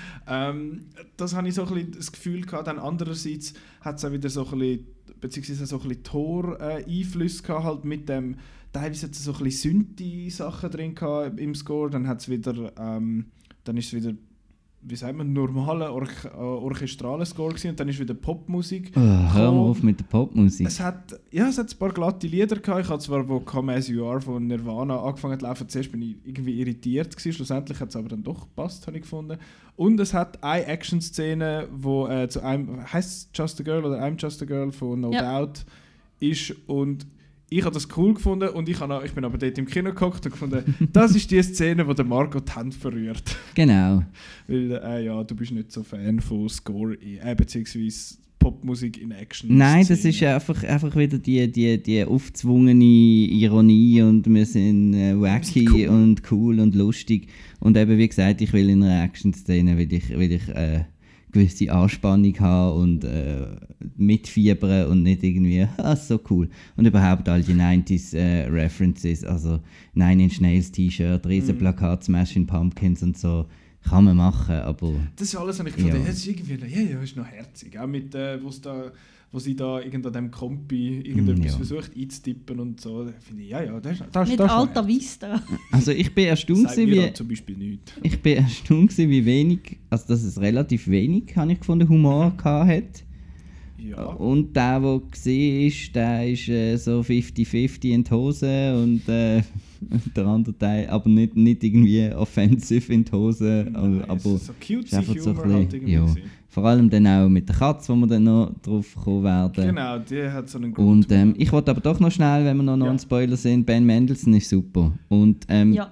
Das habe ich so ein bisschen das Gefühl gehabt. Dann andererseits hat es auch wieder so ein bisschen, beziehungsweise so ein bisschen Thor-Einflüsse gehabt, halt mit dem, teilweise hat es so ein bisschen Synthi-Sachen drin gehabt im Score, dann hat es wieder, dann ist es wieder, wie sagt man, normaler orchestraler Score gewesen, und dann ist wieder Popmusik. Hör mal auf mit der Popmusik. Es hat ein paar glatte Lieder gehabt. Ich habe zwar, wo Come As You Are von Nirvana angefangen zu laufen, zuerst bin ich irgendwie irritiert gewesen, schlussendlich hat es aber dann doch gepasst, habe ich gefunden. Und es hat eine Action-Szene, wo zu einem, heisst es Just a Girl oder I'm Just a Girl von No Doubt ist, und ich habe das cool gefunden und ich bin aber dort im Kino gehockt und gefunden, das ist die Szene, wo der Margot die Hand verrührt. Genau. Weil, du bist nicht so Fan von Score, beziehungsweise Popmusik in Action. Nein, das ist einfach wieder die aufgezwungene Ironie und wir sind wacky und cool und lustig. Und eben, wie gesagt, ich will in einer Action-Szene will ich gewisse Anspannung haben und mitfiebern und nicht irgendwie, so cool. Und überhaupt all die 90s References, also Nine Inch Nails T-Shirt, Riesenplakat, Smashing Pumpkins und so, kann man machen, aber... Das ist alles, was ich gefunden habe. Es ist irgendwie, ist noch herzig. Auch mit, wo sie da an dem Kompi irgendetwas versucht einzutippen und so, finde ich, das mit Alta Vista. Also ich bin erstaunt wie... zum Beispiel nicht. Ich bin erstaunt wie wenig, also dass es relativ wenig, habe ich gefunden, Humor hat. Ja. Und der gesehen ist, der ist so 50-50 in die Hose und der andere Teil, aber nicht irgendwie offensive in die Hose. Nein, aber so cutesy einfach so Humor halt irgendwie. Ja. Vor allem dann auch mit der Katze, wo wir dann noch drauf kommen werden. Genau, die hat so einen Grund. Und ich wollte aber doch noch schnell, wenn wir noch Non-Spoiler sind, Ben Mendelsohn ist super. Und,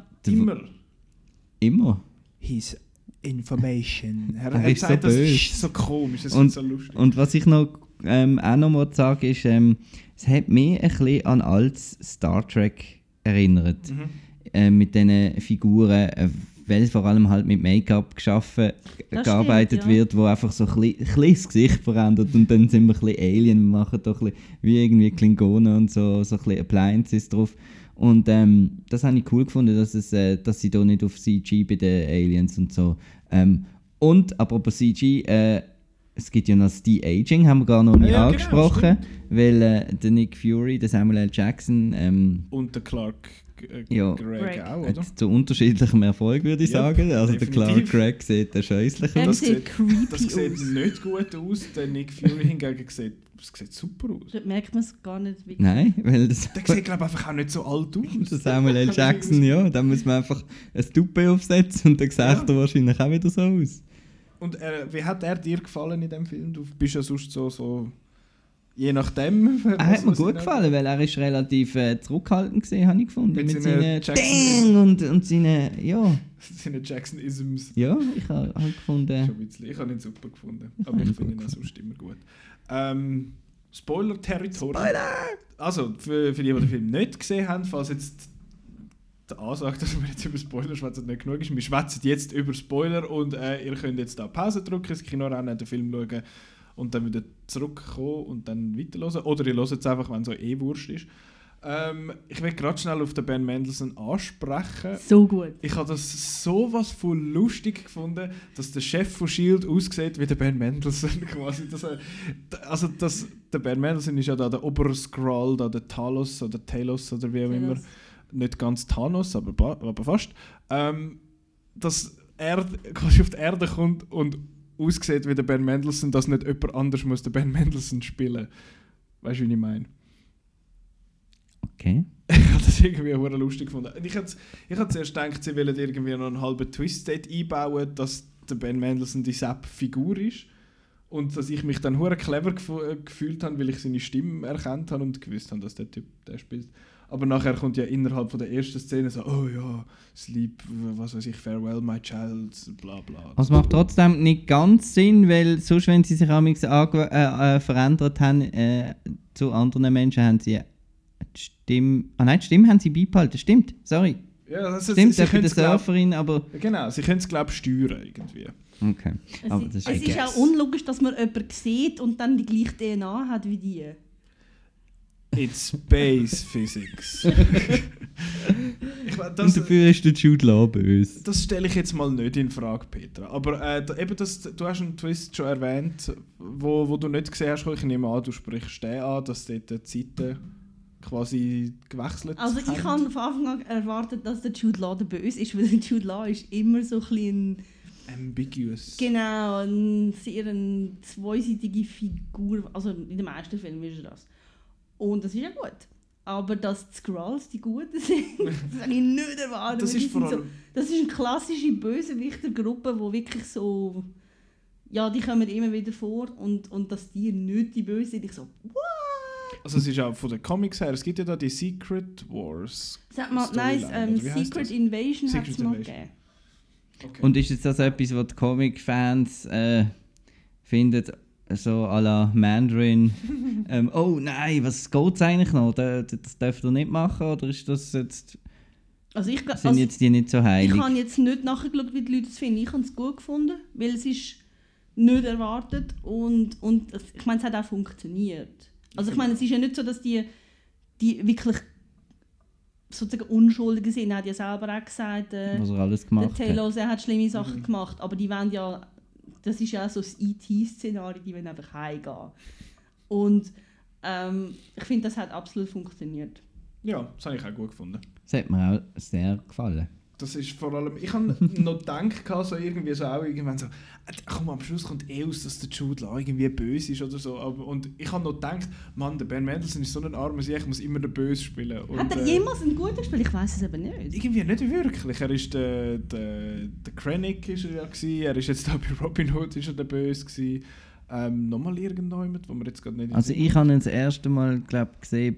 Immer? His information. Er ist sagt, so das böse. ist so komisch, das ist so lustig. Und was ich noch auch noch mal sagen ist, es hat mich ein bisschen an altes Star Trek erinnert. Mit diesen Figuren, weil vor allem halt mit Make-up gearbeitet wird, wo einfach so ein bisschen das Gesicht verändert und dann sind wir ein bisschen Alien, wir machen doch ein bisschen wie irgendwie Klingonen und so ein bisschen Appliances drauf. Und das habe ich cool gefunden, dass sie da nicht auf CG bei den Aliens und so. Und apropos CG, es gibt ja noch das De-Aging, haben wir gar noch nicht angesprochen, genau, weil der Nick Fury, der Samuel L. Jackson und der Clark Gregg auch, oder? Zu unterschiedlichem Erfolg, würde ich sagen. Also definitiv. Der Clark Gregg sieht scheußlich aus. Das sieht nicht gut aus. Der Nick Fury hingegen sieht super aus. Da merkt man es gar nicht wirklich. Nein, weil das... Der sieht, glaube ich, einfach auch nicht so alt aus. Der Samuel L. Jackson, ja. Da muss man einfach ein Toupet aufsetzen und dann sieht er wahrscheinlich auch wieder so aus. Und wie hat er dir gefallen in dem Film? Du bist ja sonst so je nachdem. Er hat mir gut gefallen, weil er ist relativ zurückhaltend gesehen, habe ich gefunden. Mit seinen Ding und seinen, seine Jackson-Isms. Ja, ich habe halt gefunden... Ich habe ihn super gefunden, aber ich finde ihn auch sonst immer gut. Spoiler-Territorium. Spoiler! Also, für die den Film nicht gesehen haben, falls jetzt die Ansage, dass wir jetzt über Spoiler schwätzen, nicht genug ist. Wir schwätzen jetzt über Spoiler und ihr könnt jetzt da Pause drücken, ins Kino rennen, den Film schauen und dann wieder zurückkommen und dann weiterhören. Oder ihr hört es einfach, wenn es euch wurscht ist. Ich will gerade schnell auf den Ben Mendelsohn ansprechen. So gut. Ich habe das sowas von lustig gefunden, dass der Chef von S.H.I.E.L.D. aussieht wie der Ben Mendelsohn. Quasi. Der Ben Mendelsohn ist ja da der Oberskrull, da der Talos oder Talos oder wie auch immer. Nicht ganz Thanos, aber fast. Dass er quasi auf die Erde kommt und aussieht wie der Ben Mendelsohn, dass nicht jemand anders muss den Ben Mendelsohn spielen. Weißt du, wie ich meine? Okay. habe das irgendwie auch lustig gefunden. Ich habe zuerst gedacht, sie wollen irgendwie noch einen halben Twist dort einbauen, dass der Ben Mendelsohn die Sepp-Figur ist. Und dass ich mich dann hure clever gefühlt habe, weil ich seine Stimme erkannt habe und gewusst habe, dass der Typ der spielt. Aber nachher kommt ja innerhalb von der ersten Szene so, oh ja, Sleep, was weiß ich, Farewell my child, bla bla. Also macht trotzdem nicht ganz Sinn, weil sonst, wenn sie sich verändert haben zu anderen Menschen, haben sie die Stimme... die Stimme haben sie beibehalten, stimmt, sorry. Ja, also stimmt, sie für die Surferin, aber... Genau, sie können es, glaube ich, steuern irgendwie. Okay. Aber Es ist auch unlogisch, dass man jemanden sieht und dann die gleiche DNA hat wie die. It's Space Physics. Und dafür ist der Jude Law böse. Das stelle ich jetzt mal nicht in Frage, Petra. Aber eben du hast einen Twist schon erwähnt, wo du nicht gesehen hast. Ich nehme an, du sprichst den an, dass dort die Zeiten quasi gewechselt Also ich habe von Anfang an erwartet, dass der Jude Law der Böse ist, weil der Jude Law ist immer so ein bisschen... ambiguous. Genau, eine sehr zweiseitige Figur. Also in den meisten Filmen ist er das. Und das ist ja gut. Aber dass die Skrulls die Guten sind, das habe ich nicht erwartet. Das ist, das ist eine klassische Bösewichtergruppe, die wirklich so... Ja, die kommen immer wieder vor und dass die nicht die Bösen sind. Ich so, what? Also es ist auch von den Comics her, es gibt ja da die Secret Wars. Sag mal, nein, Secret Invasion hat es mal gegeben. Okay. Und ist jetzt das etwas, was die Comic-Fans finden, so à la Mandarin, oh nein, was geht's eigentlich noch? Das dürft ihr nicht machen, oder ist das jetzt... Also sind jetzt die nicht so heilig? Ich habe jetzt nicht nachgeschaut, wie die Leute es finden. Ich habe es gut gefunden, weil es ist nicht erwartet und ich meine, es hat auch funktioniert. Also ich meine, es ist ja nicht so, dass die wirklich sozusagen Unschuldige sind. Er hat ja selber auch gesagt, was er alles gemacht der Talos, er hat schlimme Sachen gemacht, aber die wollen ja, das ist ja auch so das E.T.-Szenario, die wollen einfach heimgehen. Und ich finde, das hat absolut funktioniert. Ja, das habe ich auch gut gefunden. Das hat mir auch sehr gefallen. Das ist vor allem, ich habe noch gedacht, so irgendwie so auch irgendwann so, komm, am Schluss kommt aus, dass der Jude Law irgendwie böse ist oder so. Und ich habe noch gedacht, Mann, der Ben Mendelsohn ist so ein armer Sieg, ich muss immer den Böse spielen. Und, hat er jemals einen guten gespielt? Ich weiss es eben nicht. Irgendwie nicht wirklich. Er ist der Krennic ist er ja gewesen. Er ist jetzt da bei Robin Hood ist er der Böse gewesen. Nochmal irgendjemand, wo wir jetzt gerade nicht... Also ich habe ihn das erste Mal, glaube ich, gesehen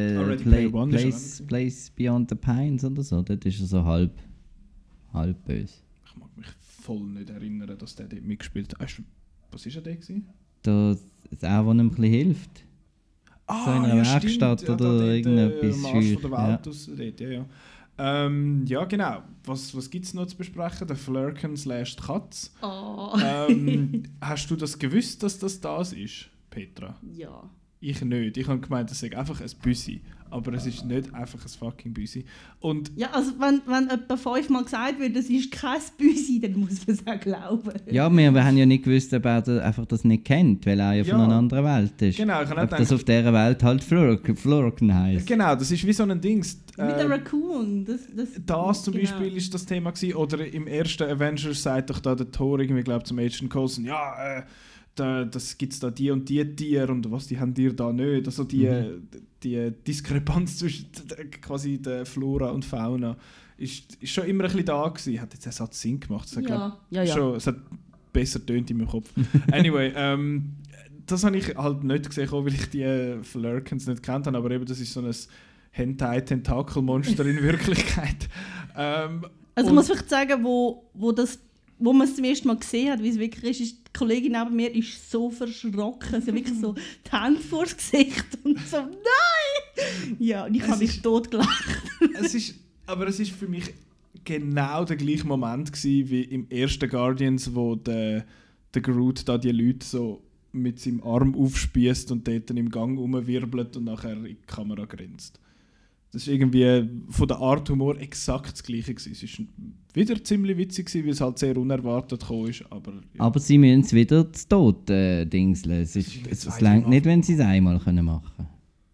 bei Place Beyond the Pines oder so. Dort ist er so halb böse. Ich mag mich voll nicht erinnern, dass der dort mitgespielt hat. Was war er da gewesen? Das ist auch, der ihm ein bisschen hilft. So in einer Werkstatt stimmt. oder Ja, irgendetwas. Marsch von der Welt aus dort, ja. Ja, genau. Was gibt es noch zu besprechen? Der Flurken / Katz. Oh. Hast du das gewusst, dass das ist, Petra? Ja. Ich nicht. Ich habe gemeint, das sei einfach ein Büsi. Aber es ist nicht einfach ein fucking Büsi. Und Ja, also wenn etwa 5-mal gesagt wird, das ist kein Büsi, dann muss man es auch glauben. Ja, wir haben ja nicht gewusst, ob er einfach das nicht kennt, weil er ja von Ja. einer anderen Welt ist. Genau, ich habe ob auch das gedacht- auf dieser Welt halt Flurken heisst. genau, das ist wie so ein Dings. Mit der Raccoon. Das zum genau. Beispiel ist das Thema gewesen. Oder im ersten Avengers sagt doch da der Thor irgendwie, glaube zum Agent Coulson, ja, das gibt es da die und die Tiere und was, die haben die da nicht. Also die Diskrepanz zwischen quasi der Flora und Fauna ist schon immer ein bisschen da gewesen. Hat jetzt der Satz Sinn gemacht? Das hat, Ja. Schon, es hat besser tönt in meinem Kopf. Anyway, das habe ich halt nicht gesehen, weil ich die Flurkens nicht kennt habe, aber eben das ist so ein Hentai-Tentakel-Monster in Wirklichkeit. Also ich muss vielleicht sagen, wo man es zum ersten Mal gesehen hat, wie es wirklich ist die Kollegin neben mir ist so verschrocken. Sie hat wirklich so die Hände vor das Gesicht und so, nein! Ja, und ich habe mich totgelacht. Aber es ist für mich genau der gleiche Moment gewesen, wie im ersten Guardians, wo der Groot da die Leute so mit seinem Arm aufspießt und dort im Gang rumwirbelt und nachher in die Kamera grinst. Das ist irgendwie von der Art Humor exakt das Gleiche gewesen. Es war wieder ziemlich witzig gewesen, weil es halt sehr unerwartet gekommen ist, aber... Ja. Aber sie müssen es wieder zu Tod dingseln. Es reicht nicht, wenn sie es einmal machen können.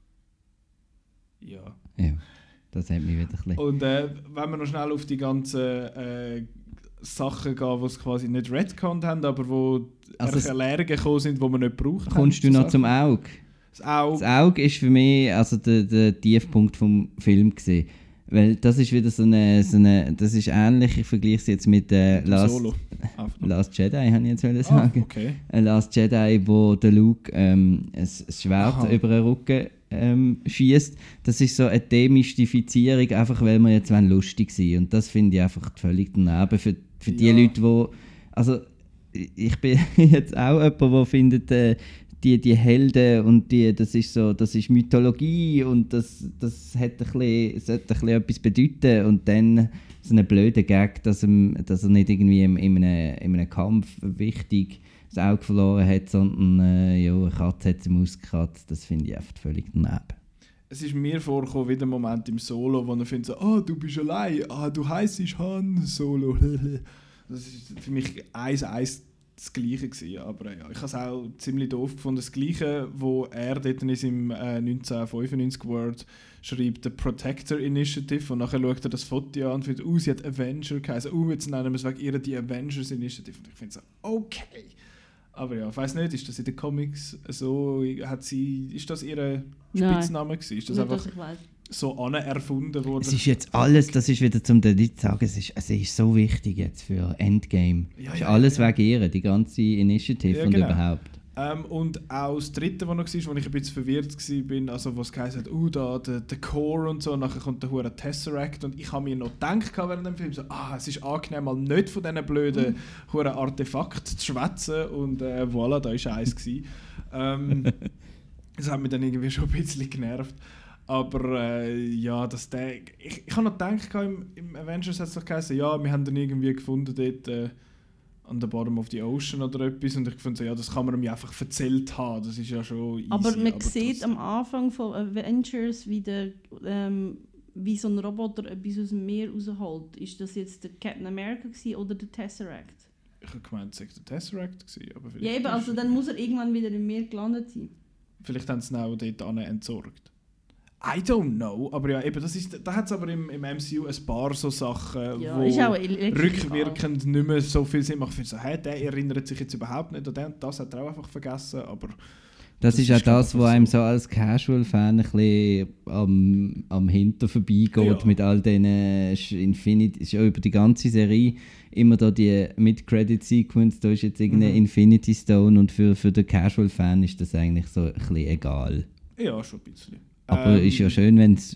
Ja. Ja, das hat mich wieder ein bisschen... Und wenn wir noch schnell auf die ganzen Sachen gehen, die es quasi nicht retconnt haben, aber wo Also Erklärungen gekommen sind, die man nicht braucht. Kommst du noch zum Auge? Das Das Auge ist für mich also der Tiefpunkt vom Film gewesen. Weil das ist wieder so eine das ist ähnlich, ich vergleiche es jetzt mit Solo. Last Jedi, habe ich jetzt sagen. Okay. Last Jedi, wo der Luke ein Schwert über den Rücken schießt. Das ist so eine Demystifizierung, einfach weil wir jetzt lustig sein. Und das finde ich einfach völlig daneben für die Leute, die... Also ich bin jetzt auch jemand, der findet, die Helden und das ist Mythologie und das hat sollte ein bisschen etwas bedeuten. Und dann so einen blöden Gag, dass er nicht irgendwie in einem Kampf wichtig das Auge verloren hat, sondern eine Katze hat ihm ausgekratzt. Das finde ich einfach völlig daneben. Es ist mir vorgekommen, wie der Moment im Solo, wo er findet so, du bist allein, du heisst Han Solo. Das ist für mich 1:1 das Gleiche gewesen. Aber ja, ich habe es auch ziemlich doof gefunden. Das Gleiche, wo er dort in seinem 1995 Word schreibt, The Protector Initiative, und nachher schaut er das Foto an und findet, sie hat Avenger geheißen, jetzt nennen wir es wegen ihr die Avengers Initiative. Und ich finde so, okay. Aber ja, ich weiss nicht, ist das in den Comics so, ist das ihr Spitzname gewesen? Ist das Nicht, einfach dass ich weiss. so erfunden worden? Es ist jetzt alles, das ist wieder zum den Leuten zu sagen, es ist so wichtig jetzt für Endgame. Es ist alles wegen ihr, die ganze Initiative und überhaupt. Und auch das dritte, was noch war, wo ich ein bisschen verwirrt war, also was geheißen hat, da der Core und so, und nachher kommt der hure Tesseract, und ich habe mir noch gedacht während dem Film, so, es ist angenehm, mal nicht von diesen blöden hure Artefakten zu schwätzen, und voilà, da war eins gewesen. Das hat mich dann irgendwie schon ein bisschen genervt. Aber ich habe noch gedacht, im Avengers hat es doch geheißen, wir haben dann irgendwie gefunden dort an the bottom of the ocean oder etwas, und ich fand so, das kann man mir einfach erzählt haben, das ist ja schon easy. Aber man sieht am Anfang von Avengers, wie so ein Roboter etwas aus dem Meer rausholt. Ist das jetzt der Captain America oder der Tesseract? Ich habe gemeint, es sei der Tesseract gewesen, aber vielleicht... Ja eben, also dann muss er irgendwann wieder im Meer gelandet sein. Vielleicht haben sie ihn auch dort entsorgt. I don't know, aber ja, eben, da hat es aber im MCU ein paar so Sachen, wo rückwirkend nicht mehr so viel Sinn machen. Ich finde so, der erinnert sich jetzt überhaupt nicht an den, das hat er auch einfach vergessen, aber... Das ist auch das, was einem so als Casual-Fan ein bisschen am Hinter vorbeigeht, mit all diesen Infinity, ist ja über die ganze Serie immer da die Mid-Credit-Sequence, da ist jetzt irgendeine Infinity Stone, und für den Casual-Fan ist das eigentlich so ein bisschen egal. Ja, schon ein bisschen. Aber ist ja schön, wenn es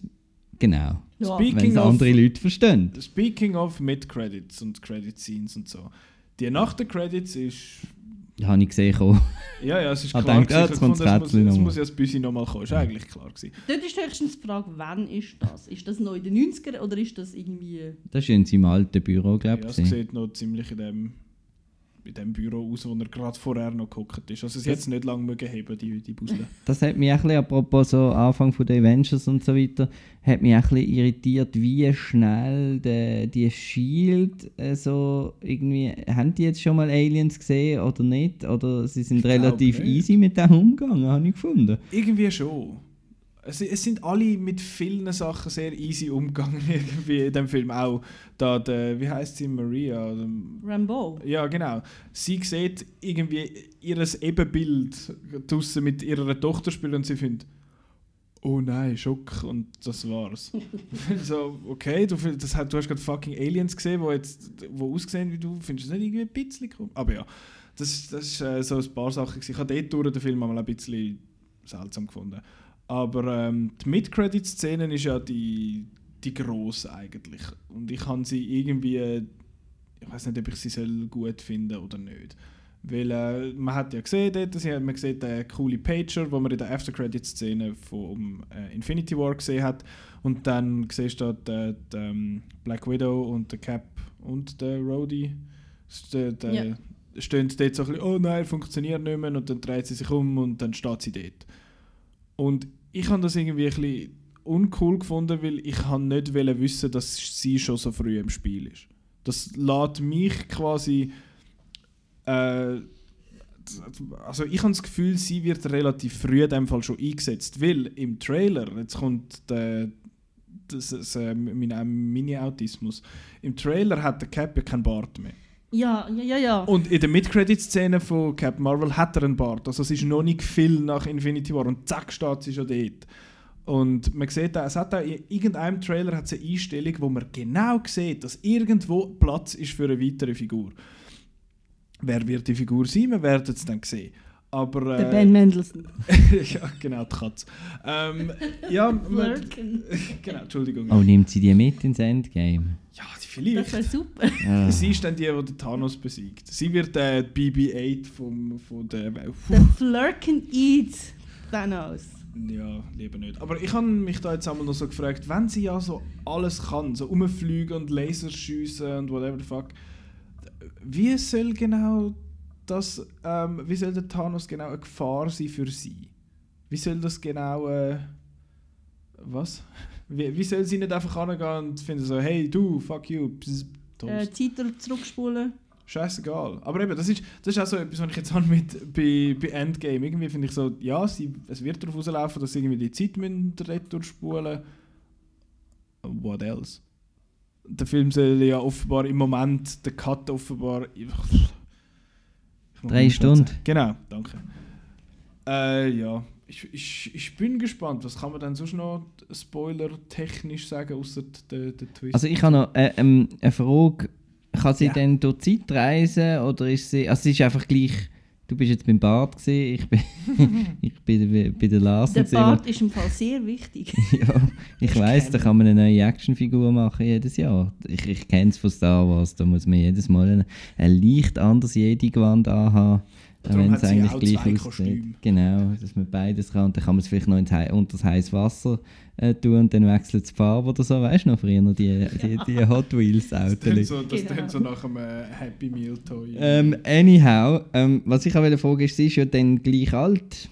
andere Leute verstehen. Speaking of Mid-Credits und Credit-Scenes und so, die nach den Credits ist... Habe ich gesehen. Ja, es ist klar. Es muss ja das Büsi nochmal kommen, ist eigentlich klar gewesen. Dort ist höchstens die Frage, wann ist das? Ist das noch in den 90ern oder ist das irgendwie... Das ist in seinem alten Büro, glaube ich. Ja, es sieht noch ziemlich in dem Büro aus, wo er gerade vorher noch gehockt ist. Also es jetzt nicht lange mögen heben, die Busle. Das hat mich ein bisschen, apropos so Anfang von den Avengers und so weiter, hat mich ein bisschen irritiert, wie schnell die S.H.I.E.L.D. so irgendwie... Haben die jetzt schon mal Aliens gesehen oder nicht? Oder sie sind relativ easy mit dem umgegangen, habe ich gefunden. Irgendwie schon. Es sind alle mit vielen Sachen sehr easy umgegangen, irgendwie in dem Film auch. Wie heisst sie, Maria? Rambeau. Ja, genau. Sie sieht irgendwie ihr Ebenbild draussen mit ihrer Tochter spielen, und sie findet, oh nein, Schock, und das war's. So, okay, du hast gerade fucking Aliens gesehen, wo aussehen wie du, findest du das nicht irgendwie ein bisschen cool? Aber ja, das ist so ein paar Sachen. Ich habe dort durch den Film einmal ein bisschen seltsam gefunden. Aber die Mid-Credit-Szene ist ja die grosse eigentlich. Und ich kann sie irgendwie... Ich weiß nicht, ob ich sie gut finde oder nicht. Weil man hat ja gesehen, man sieht den coolen Pager, den man in der After-Credit-Szene vom Infinity War gesehen hat. Und dann siehst du da die Black Widow und der Cap und der Rhodey. Stehen dort so ein bisschen, oh nein, funktioniert nicht mehr. Und dann dreht sie sich um und dann steht sie dort. Und ich habe das irgendwie ein bisschen uncool gefunden, weil ich nicht wissen, dass sie schon so früh im Spiel ist. Das lässt mich quasi... also ich habe das Gefühl, sie wird relativ früh in dem Fall schon eingesetzt, weil im Trailer, jetzt kommt mein Mini-Autismus, im Trailer hat der Cap ja keinen Bart mehr. Ja. Und in der Mid-Credit-Szene von Captain Marvel hat er einen Bart. Also es ist noch nicht viel nach Infinity War und zack steht sie schon dort. Und man sieht auch, es hat auch in irgendeinem Trailer hat's eine Einstellung, wo man genau sieht, dass irgendwo Platz ist für eine weitere Figur. Wer wird die Figur sein? Wir werden es dann sehen. Aber, Der Ben Mendelsohn. ja, genau, die Katze. Ja, Flirken. genau, Entschuldigung. Oh, nimmt sie die mit ins Endgame? Ja, Das vielleicht. wäre super. Ja. Sie ist dann die den Thanos besiegt. Sie wird die BB-8 von der... Der Flirken eats Thanos. Ja, lieber nicht. Aber ich habe mich da jetzt einmal noch so gefragt, wenn sie ja so alles kann, so rumfliegen und Laserschiessen und whatever the fuck, wie soll genau das, wie soll der Thanos genau eine Gefahr sein für sie? Wie soll das genau, was? Wie soll sie nicht einfach hingehen und finden so, hey du, fuck you, pss, Toast. Zeit zurückspulen. Scheißegal. Aber eben, das ist auch so etwas, was ich jetzt habe bei Endgame. Irgendwie finde ich so, ja, es wird darauf rauslaufen, dass sie irgendwie die Zeit durchspulen. What else? Der Film soll ja offenbar im Moment, der Cut offenbar... 3 Stunden. Genau, danke. Ja, ich bin gespannt. Was kann man denn sonst noch spoiler-technisch sagen, außer der Twist? Also ich habe noch eine Frage. Kann sie denn durch die Zeit reisen oder ist sie... Also sie ist einfach gleich... Du bist jetzt beim Bart gewesen, ich bin bei der Larsen. Der Bart ist im Fall sehr wichtig. Ja, ich weiss, da kann man eine neue Actionfigur machen jedes Jahr. Ich kenne es von Star Wars, da muss man jedes Mal ein leicht anderes Jedi-Gewand anhaben, wenn es eigentlich gleich aussieht. Genau, dass man beides kann. Und dann kann man es vielleicht noch unter das heiße Wasser tun und dann wechselt es die Farbe oder so. Weißt du noch früher die Hot Wheels Autos? Das dann so nach einem Happy Meal Toy. Anyhow, was ich auch fragen wollte, ist, sie ist ja dann gleich alt,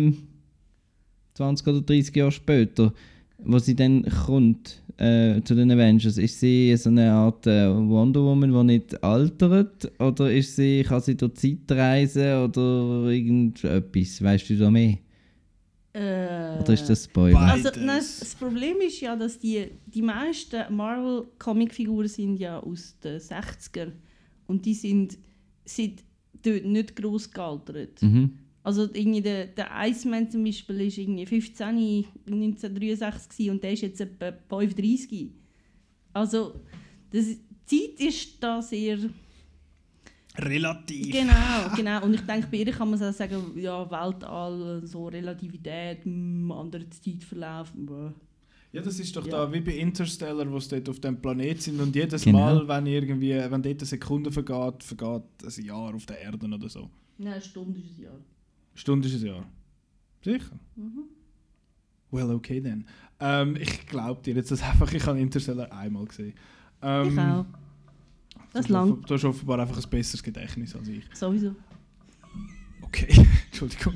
20 oder 30 Jahre später, wo sie dann kommt zu den Avengers. Ist sie so eine Art Wonder Woman, die nicht altert? Oder kann sie durch die Zeit reisen oder irgendetwas? Weißt du da mehr? Oder ist das Spoiler? Also, nein, das Problem ist ja, dass die meisten Marvel-Comic-Figuren sind ja aus den 60er und die sind dort nicht gross gealtert. Mhm. Also irgendwie der Iceman zum Beispiel ist irgendwie 15 1963 und der ist jetzt etwa 35. Also die Zeit ist da sehr... Relativ. Genau. Und ich denke, bei ihr kann man auch sagen, ja, Weltall, so Relativität, anderer Zeitverlauf. Ja, das ist doch Ja. da wie bei Interstellar, wo sie dort auf dem Planet sind und jedes Genau. Mal, wenn dort eine Sekunde vergeht ein Jahr auf der Erde oder so. Nein, eine Stunde ist ein Jahr. Stunde ist ein Jahr. Sicher? Well, okay then. Ich glaube dir jetzt das einfach, ich habe Interstellar einmal gesehen. Ich auch. Das ist lang. Du hast offenbar einfach ein besseres Gedächtnis als ich. Sowieso. Okay, Entschuldigung.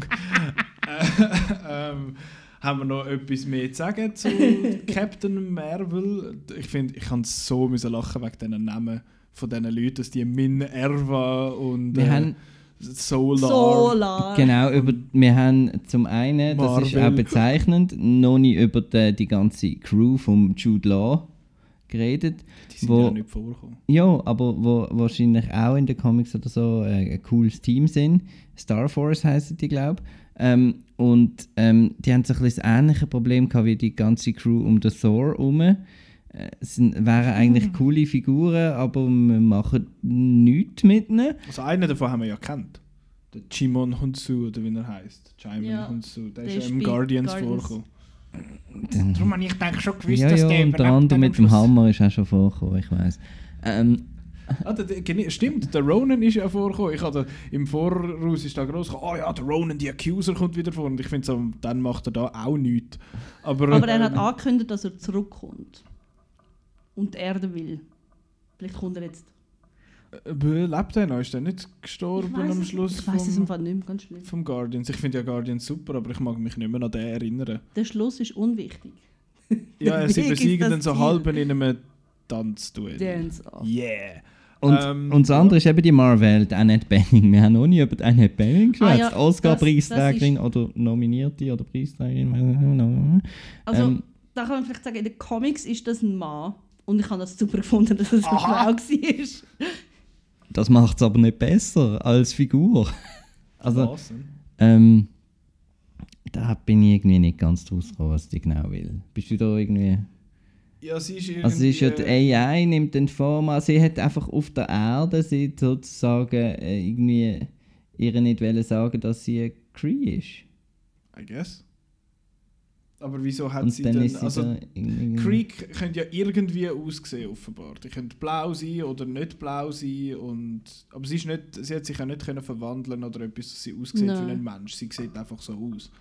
Haben wir noch etwas mehr zu sagen zu Captain Marvel? Ich finde, ich kann so lachen wegen diesen Namen von diesen Leuten, dass die Min Erva und Wir haben Solar. Genau, wir haben zum einen, das ist Marvel. auch bezeichnend, noch nie über die ganze Crew von Jude Law geredet. Die sind ja nicht vorgekommen. Ja, aber wo wahrscheinlich auch in den Comics oder so ein cooles Team sind. Star Force heissen die, glaube ich. Die haben so ein bisschen das ähnliche Problem gehabt wie die ganze Crew um den Thor herum. Es wären eigentlich coole Figuren, aber wir machen nichts mit ihnen. Also einen davon haben wir ja gekannt. Der Jimon Hunsu, oder wie er heisst. Jimon Ja, Hunsu. Der der ist ja im ist bei Guardians Guardians. vorgekommen. Darum habe ich denke schon gewusst, Ja, dass ja, der und der andere mit dem Hammer ist auch schon vorgekommen, ich weiss. Stimmt, der Ronan ist ja vorgekommen. Im Voraus ist da groß gekommen, oh ja, der Ronan, die Accuser, kommt wieder vor. Und ich finde so, dann macht er da auch nichts. Aber er hat angekündigt, dass er zurückkommt. Und die Erde will. Vielleicht kommt er jetzt. lebt er noch? Ist er nicht gestorben am Schluss Ich weiß es im Fall nicht mehr, ganz schlimm. vom Guardians? Ich finde ja Guardians super, aber ich mag mich nicht mehr an den erinnern. Der Schluss ist unwichtig. Ja, Der sie Weg ist besiegen das dann so Ziel. halb in einem Tanzduell. Dance off. Yeah! Und das andere ist eben die Marvel, die Annette Bening. Wir haben noch nie über die Annette Bening geschwätzt. ja, Oscar-Preisträgerin das oder Nominierte oder Preisträgerin. Also, da kann man vielleicht sagen, in den Comics ist das ein Mann. Und ich habe das super gefunden, dass es eine Frau war. Das macht es aber nicht besser als Figur. Also, Was? da bin ich irgendwie nicht ganz draus gekommen, was die genau will. Bist du da irgendwie... Ja, sie ist irgendwie... Also es ist ja die AI, nimmt den Form an, sie hat einfach auf der Erde sie sozusagen irgendwie ihr nicht wollen sagen, dass sie eine Cree ist. I guess. Aber wieso hat Und sie dann denn... ist sie Also, da irgendwie... Creek können ja irgendwie aussehen, offenbar. Die können blau sein oder nicht blau sein. Aber sie hat sich ja nicht können verwandeln oder etwas, dass sie aussieht Nein. wie ein Mensch. Sie sieht einfach so aus.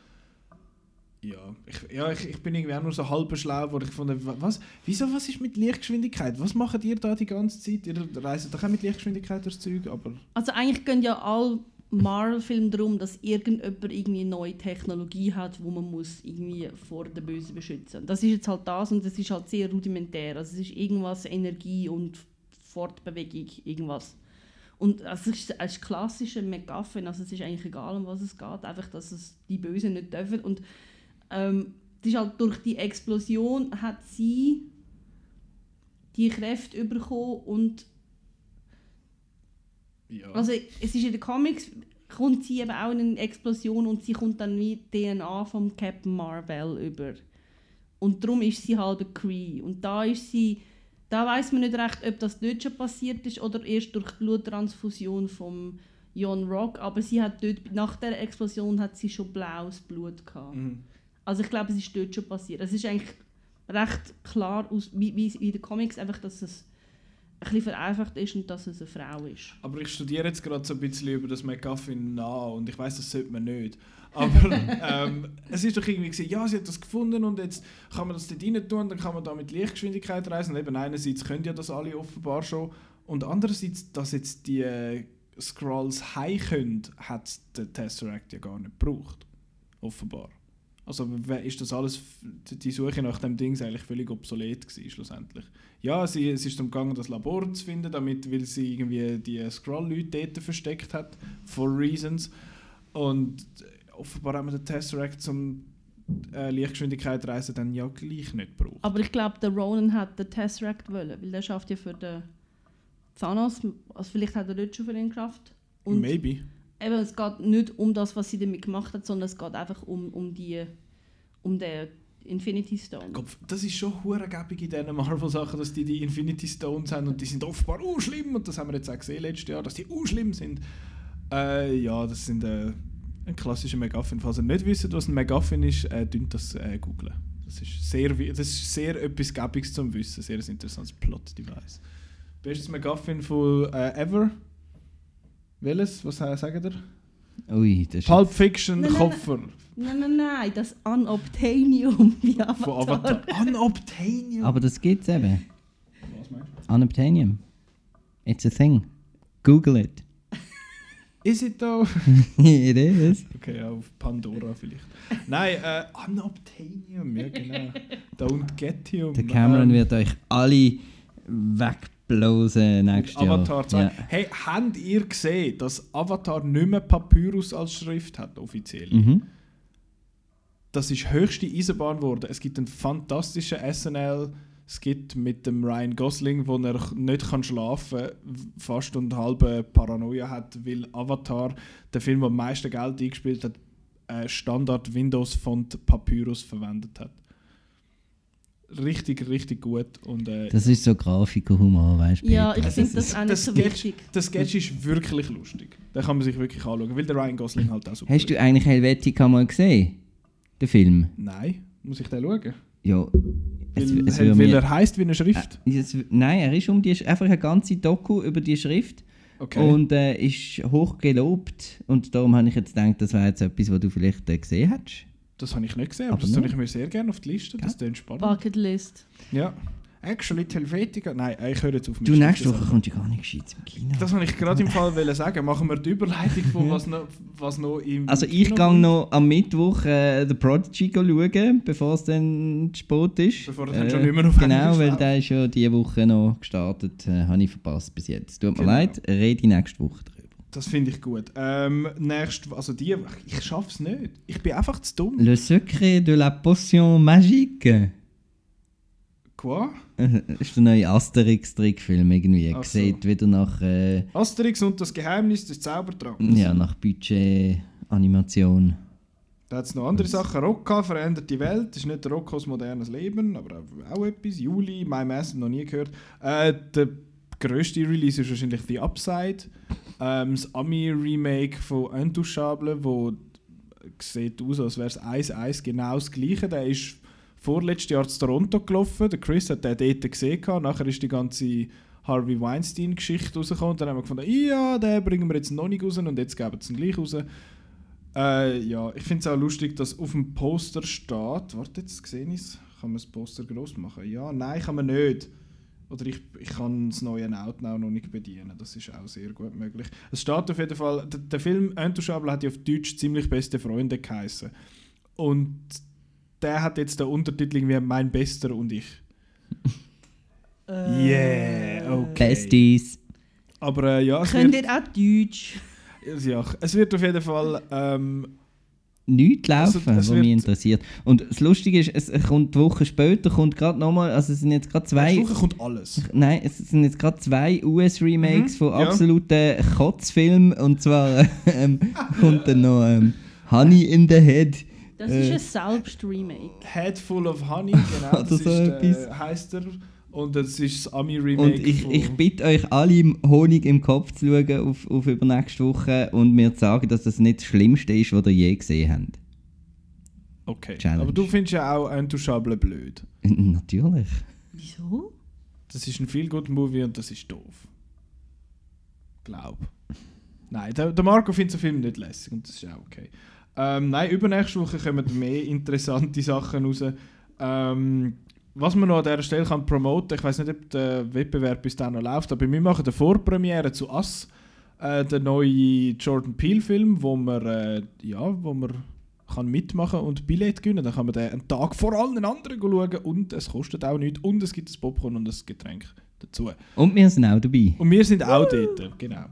Ich bin irgendwie auch nur so halb schlau, wo ich gefunden habe, was ist mit Lichtgeschwindigkeit? Was macht ihr da die ganze Zeit? Ihr reist doch auch mit Lichtgeschwindigkeit durchs Zeug, aber... Also eigentlich gehen ja alle Marvel-Filme darum, dass irgendjemand irgendwie neue Technologie hat, wo man muss irgendwie vor der Bösen beschützen. Das ist jetzt halt das und das ist halt sehr rudimentär. Also es ist irgendwas Energie und Fortbewegung, irgendwas. Und also es ist ein klassischer MacGuffin, also es ist eigentlich egal, um was es geht, einfach, dass es die Bösen nicht dürfen. Und das ist halt durch die Explosion hat sie die Kräfte bekommen und Ja. also es ist in den Comics kommt sie eben auch in eine Explosion und sie kommt dann wie die DNA vom Captain Marvel über. Und darum ist sie halt eine Kree. Und da weiss man nicht recht, ob das dort schon passiert ist oder erst durch die Bluttransfusion von Jon Rock. Aber sie hat dort, nach der Explosion hat sie schon blaues Blut gehabt. Also ich glaube, es ist dort schon passiert. Es ist eigentlich recht klar, wie in den Comics, einfach, dass es ein bisschen vereinfacht ist und dass es eine Frau ist. Aber ich studiere jetzt gerade so ein bisschen über das MacGuffin nach und ich weiss, das sollte man nicht. Aber es ist doch irgendwie gewesen, ja, sie hat das gefunden und jetzt kann man das dort rein tun, dann kann man da mit Lichtgeschwindigkeit reisen. Und eben einerseits können ja das alle offenbar schon und andererseits, dass jetzt die Skrulls heim können, hat der Tesseract ja gar nicht gebraucht. Offenbar. Also ist das alles, die Suche nach dem Ding eigentlich völlig obsolet gewesen, schlussendlich. Ja, es ist darum gegangen, das Labor zu finden, weil sie irgendwie die Skrull-Leute dort versteckt hat, for reasons. Und offenbar haben wir den Tesseract zum Lichtgeschwindigkeit reisen dann ja gleich nicht gebraucht. Aber ich glaube, der Ronan hat den Tesseract wollen, weil der schafft ja für den Thanos, also vielleicht hat er dort schon für ihn geschafft. Und Maybe. eben, es geht nicht um das, was sie damit gemacht hat, sondern es geht einfach um den Infinity Stone. Gott, das ist schon hurengebig in diesen Marvel-Sachen, dass die Infinity Stones haben und die sind offenbar schlimm und das haben wir jetzt auch gesehen letztes Jahr, dass die schlimm sind. Ja, das sind ein klassischer MacGuffin. Falls ihr nicht wisst, was ein MacGuffin ist, dünnt das googlen. Das ist sehr etwas Gäbiges zum Wissen, sehr ein interessantes Plot-Device. Bestes MacGuffin von Ever? Welches? Was sagt ihr? Ui, das ist Pulp Fiction Nein, Koffer. Nein, das Unobtainium wie Von Avatar. Avatar. Unobtainium. aber das gibt's eben. Was meinst Unobtainium. It's a thing. Google it. du? Is it though? It is. Okay, auf Pandora vielleicht. Nein, Unobtainium, ja genau. Don't Getium. Der Cameron wird euch alle wegblasen nächstes Jahr. Avatar 2. Ja. Hey, habt ihr gesehen, dass Avatar nicht mehr Papyrus als Schrift hat, offiziell? Mhm. Das ist höchste Eisenbahn geworden. Es gibt einen fantastischen SNL-Skit mit dem Ryan Gosling, wo er nicht schlafen kann, fast und halbe Paranoia hat, weil Avatar, der Film, der am meisten Geld eingespielt hat, Standard Windows-Font Papyrus verwendet hat. Richtig, richtig gut. Und, Das ist so Grafiker-Humor, weißt du? Ja, Peter. ich finde das auch nicht so wichtig. Der Sketch ist wirklich lustig. Den kann man sich wirklich anschauen, weil der Ryan Gosling halt auch so Hast du eigentlich Helvetica mal gesehen? Den Film? Nein, muss ich den schauen? Ja. Weil er heisst wie eine Schrift? Nein, er ist einfach eine ganze Doku über die Schrift. Okay. Und ist hoch gelobt. Und darum habe ich jetzt gedacht, das wäre jetzt etwas, was du vielleicht gesehen hättest. Das habe ich nicht gesehen, aber Aber das tue nicht. ich mir sehr gerne auf die Liste. Das klingt spannend. Bucketlist. Ja. Actually, Helvetica. Nein, ich höre jetzt auf mit Du, nächste Schriften. Woche kommt ja gar nicht gescheit im Kino. Das wollte ich gerade im Fall sagen. Machen wir die Überleitung von was noch im Also ich Kino gehe kommt? noch am Mittwoch The Prodigy schauen, bevor es dann spät ist. Bevor er dann schon nicht mehr auf Genau, Englisch weil läuft. der ist ja diese Woche noch gestartet. Habe ich verpasst bis jetzt. Tut mir Genau. leid, rede nächste Woche darüber. Das finde ich gut. Ich schaffe es nicht. Ich bin einfach zu dumm. Le secret de la potion magique. Quoi? Das ist der neue Asterix-Trickfilm irgendwie. Ach so. Sieht wieder nach, Asterix und das Geheimnis des Zaubertranks. ja, nach Budget-Animation. Da hat es noch andere Sachen. Rocca verändert die Welt. Das ist nicht Roccos modernes Leben, aber auch etwas. Juli, My Massive, noch nie gehört. Der grösste Release ist wahrscheinlich The Upside. Das Ami-Remake von Intouchable, wo sieht aus, als wäre es 1:1 genau das Gleiche. Der ist vorletztes Jahr zu Toronto gelaufen. Der Chris hat den dort gesehen. Nachher ist die ganze Harvey Weinstein-Geschichte rausgekommen. Und dann haben wir gefunden, ja, den bringen wir jetzt noch nicht raus und jetzt geben wir ihn gleich raus. Ja, ich finde es auch lustig, dass auf dem Poster steht. Warte, jetzt sehe ich es. Kann man das Poster gross machen? Ja, nein, kann man nicht. Oder ich kann das neue Outnow noch nicht bedienen. Das ist auch sehr gut möglich. Es steht auf jeden Fall, der Film Intouchable hat ja auf Deutsch «Ziemlich beste Freunde» geheißen. Und der hat jetzt den Untertitel irgendwie «Mein Bester und ich». Yeah, okay. Besties. Aber ja, Könnt ihr auch Deutsch? Es wird auf jeden Fall... Nichts laufen, Also, es was mich wird- interessiert. Und das Lustige ist, es kommt Wochen später, kommt gerade nochmal, also es sind jetzt gerade zwei... Nächste Woche kommt alles. Nein, es sind jetzt gerade 2 US-Remakes von ja. absoluten Kotzfilmen. Und zwar kommt dann noch Honey in the Head. Das ist ein Selbst-Remake. Head Full of Honey, genau. Oder Das so ist, etwas. Heisst er. Und das ist das Ami-Remake. Und ich bitte euch alle, Honig im Kopf zu schauen auf übernächste Woche und mir zu sagen, dass das nicht das Schlimmste ist, was ihr je gesehen habt. Okay. Challenge. Aber du findest ja auch Intouchable blöd. Natürlich. Wieso? Das ist ein Feel-Good-Movie und das ist doof. Glaub. Nein, der Marco findet den Film nicht lässig und das ist auch okay. Nein, übernächste Woche kommen mehr interessante Sachen raus. Was man noch an dieser Stelle kann promoten, ich weiß nicht, ob der Wettbewerb bis dann noch läuft, aber wir machen eine Vorpremiere zu Us, der neue Jordan Peele-Film, wo man kann mitmachen und Billett gewinnen. Dann kann man den einen Tag vor allen anderen schauen und es kostet auch nichts und es gibt ein Popcorn und ein Getränk dazu. Und wir sind auch dabei. Und wir sind auch dort, genau.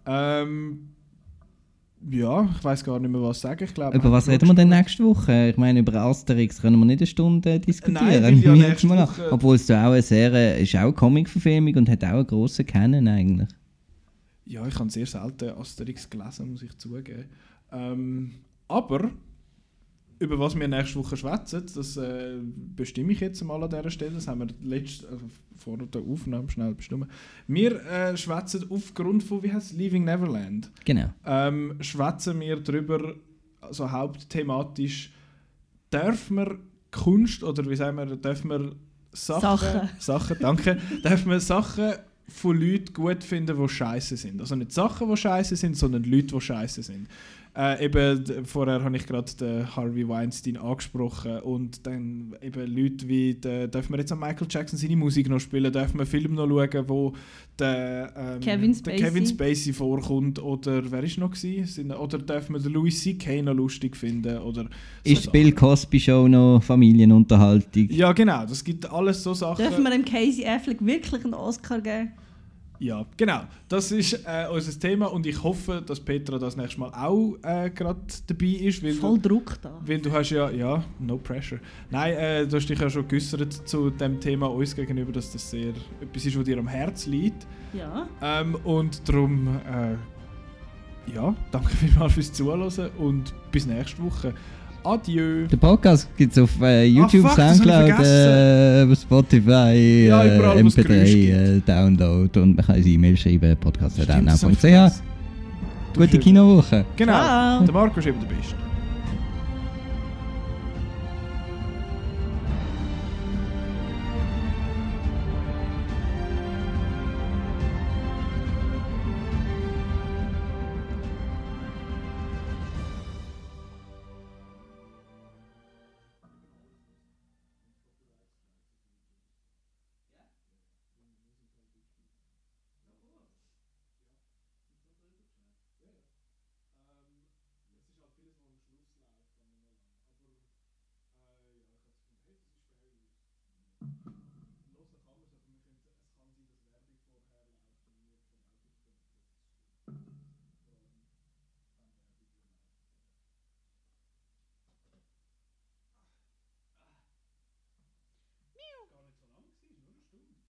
Ja, ich weiß gar nicht mehr, was sagen. Ich glaube, Über was reden wir denn nächste Woche? Ich meine, über Asterix können wir nicht eine Stunde diskutieren. Nein, weil ja Nehme ich nächste mal an. Woche- Obwohl es da auch ist auch eine Comic-Verfilmung und hat auch einen grossen Canon eigentlich. Ja, ich habe sehr selten Asterix gelesen, muss ich zugeben. Aber über was wir nächste Woche schwätzen, das bestimme ich jetzt mal an dieser Stelle. Das haben wir vor der Aufnahme schnell bestimmt. Wir schwätzen aufgrund von, wie heißt es, Leaving Neverland. Genau. Schwätzen wir darüber, also hauptthematisch, dürfen wir Kunst, oder wie sagen wir, dürfen wir Sachen, danke, dürfen wir Sachen von Leuten gut finden, die scheiße sind. Also nicht Sachen, die scheiße sind, sondern Leute, die scheiße sind. Vorher habe ich gerade den Harvey Weinstein angesprochen und dann eben Leute wie, dürfen wir jetzt an Michael Jackson seine Musik noch spielen, dürfen wir einen Film noch schauen, wo der Kevin Spacey vorkommt oder wer ist noch gewesen? Oder dürfen wir den Louis C.K. noch lustig finden? Oder Ist so Bill Cosby Show noch Familienunterhaltung? ja, genau, das gibt alles so Sachen. Dürfen wir dem Casey Affleck wirklich einen Oscar geben? Ja, genau. Das ist unser Thema und ich hoffe, dass Petra das nächste Mal auch gerade dabei ist. Weil Voll Druck da. Weil du hast ja, no pressure. Nein, du hast dich ja schon geäussert zu dem Thema uns gegenüber, dass das sehr etwas ist, was dir am Herzen liegt. Ja. Und darum, ja, danke vielmals fürs Zuhören und bis nächste Woche. Adieu. Der Podcast gibt es auf YouTube, fuck, das hab ich Soundcloud, Spotify, Ja, überall, wo es Geräusche MP3, Download und man kann uns E-Mail schreiben, Stimmt, das hab ich podcast.outnow.ch. vergessen. Gute Kinowoche. Genau, Ciao. der Marco ist eben der Beste.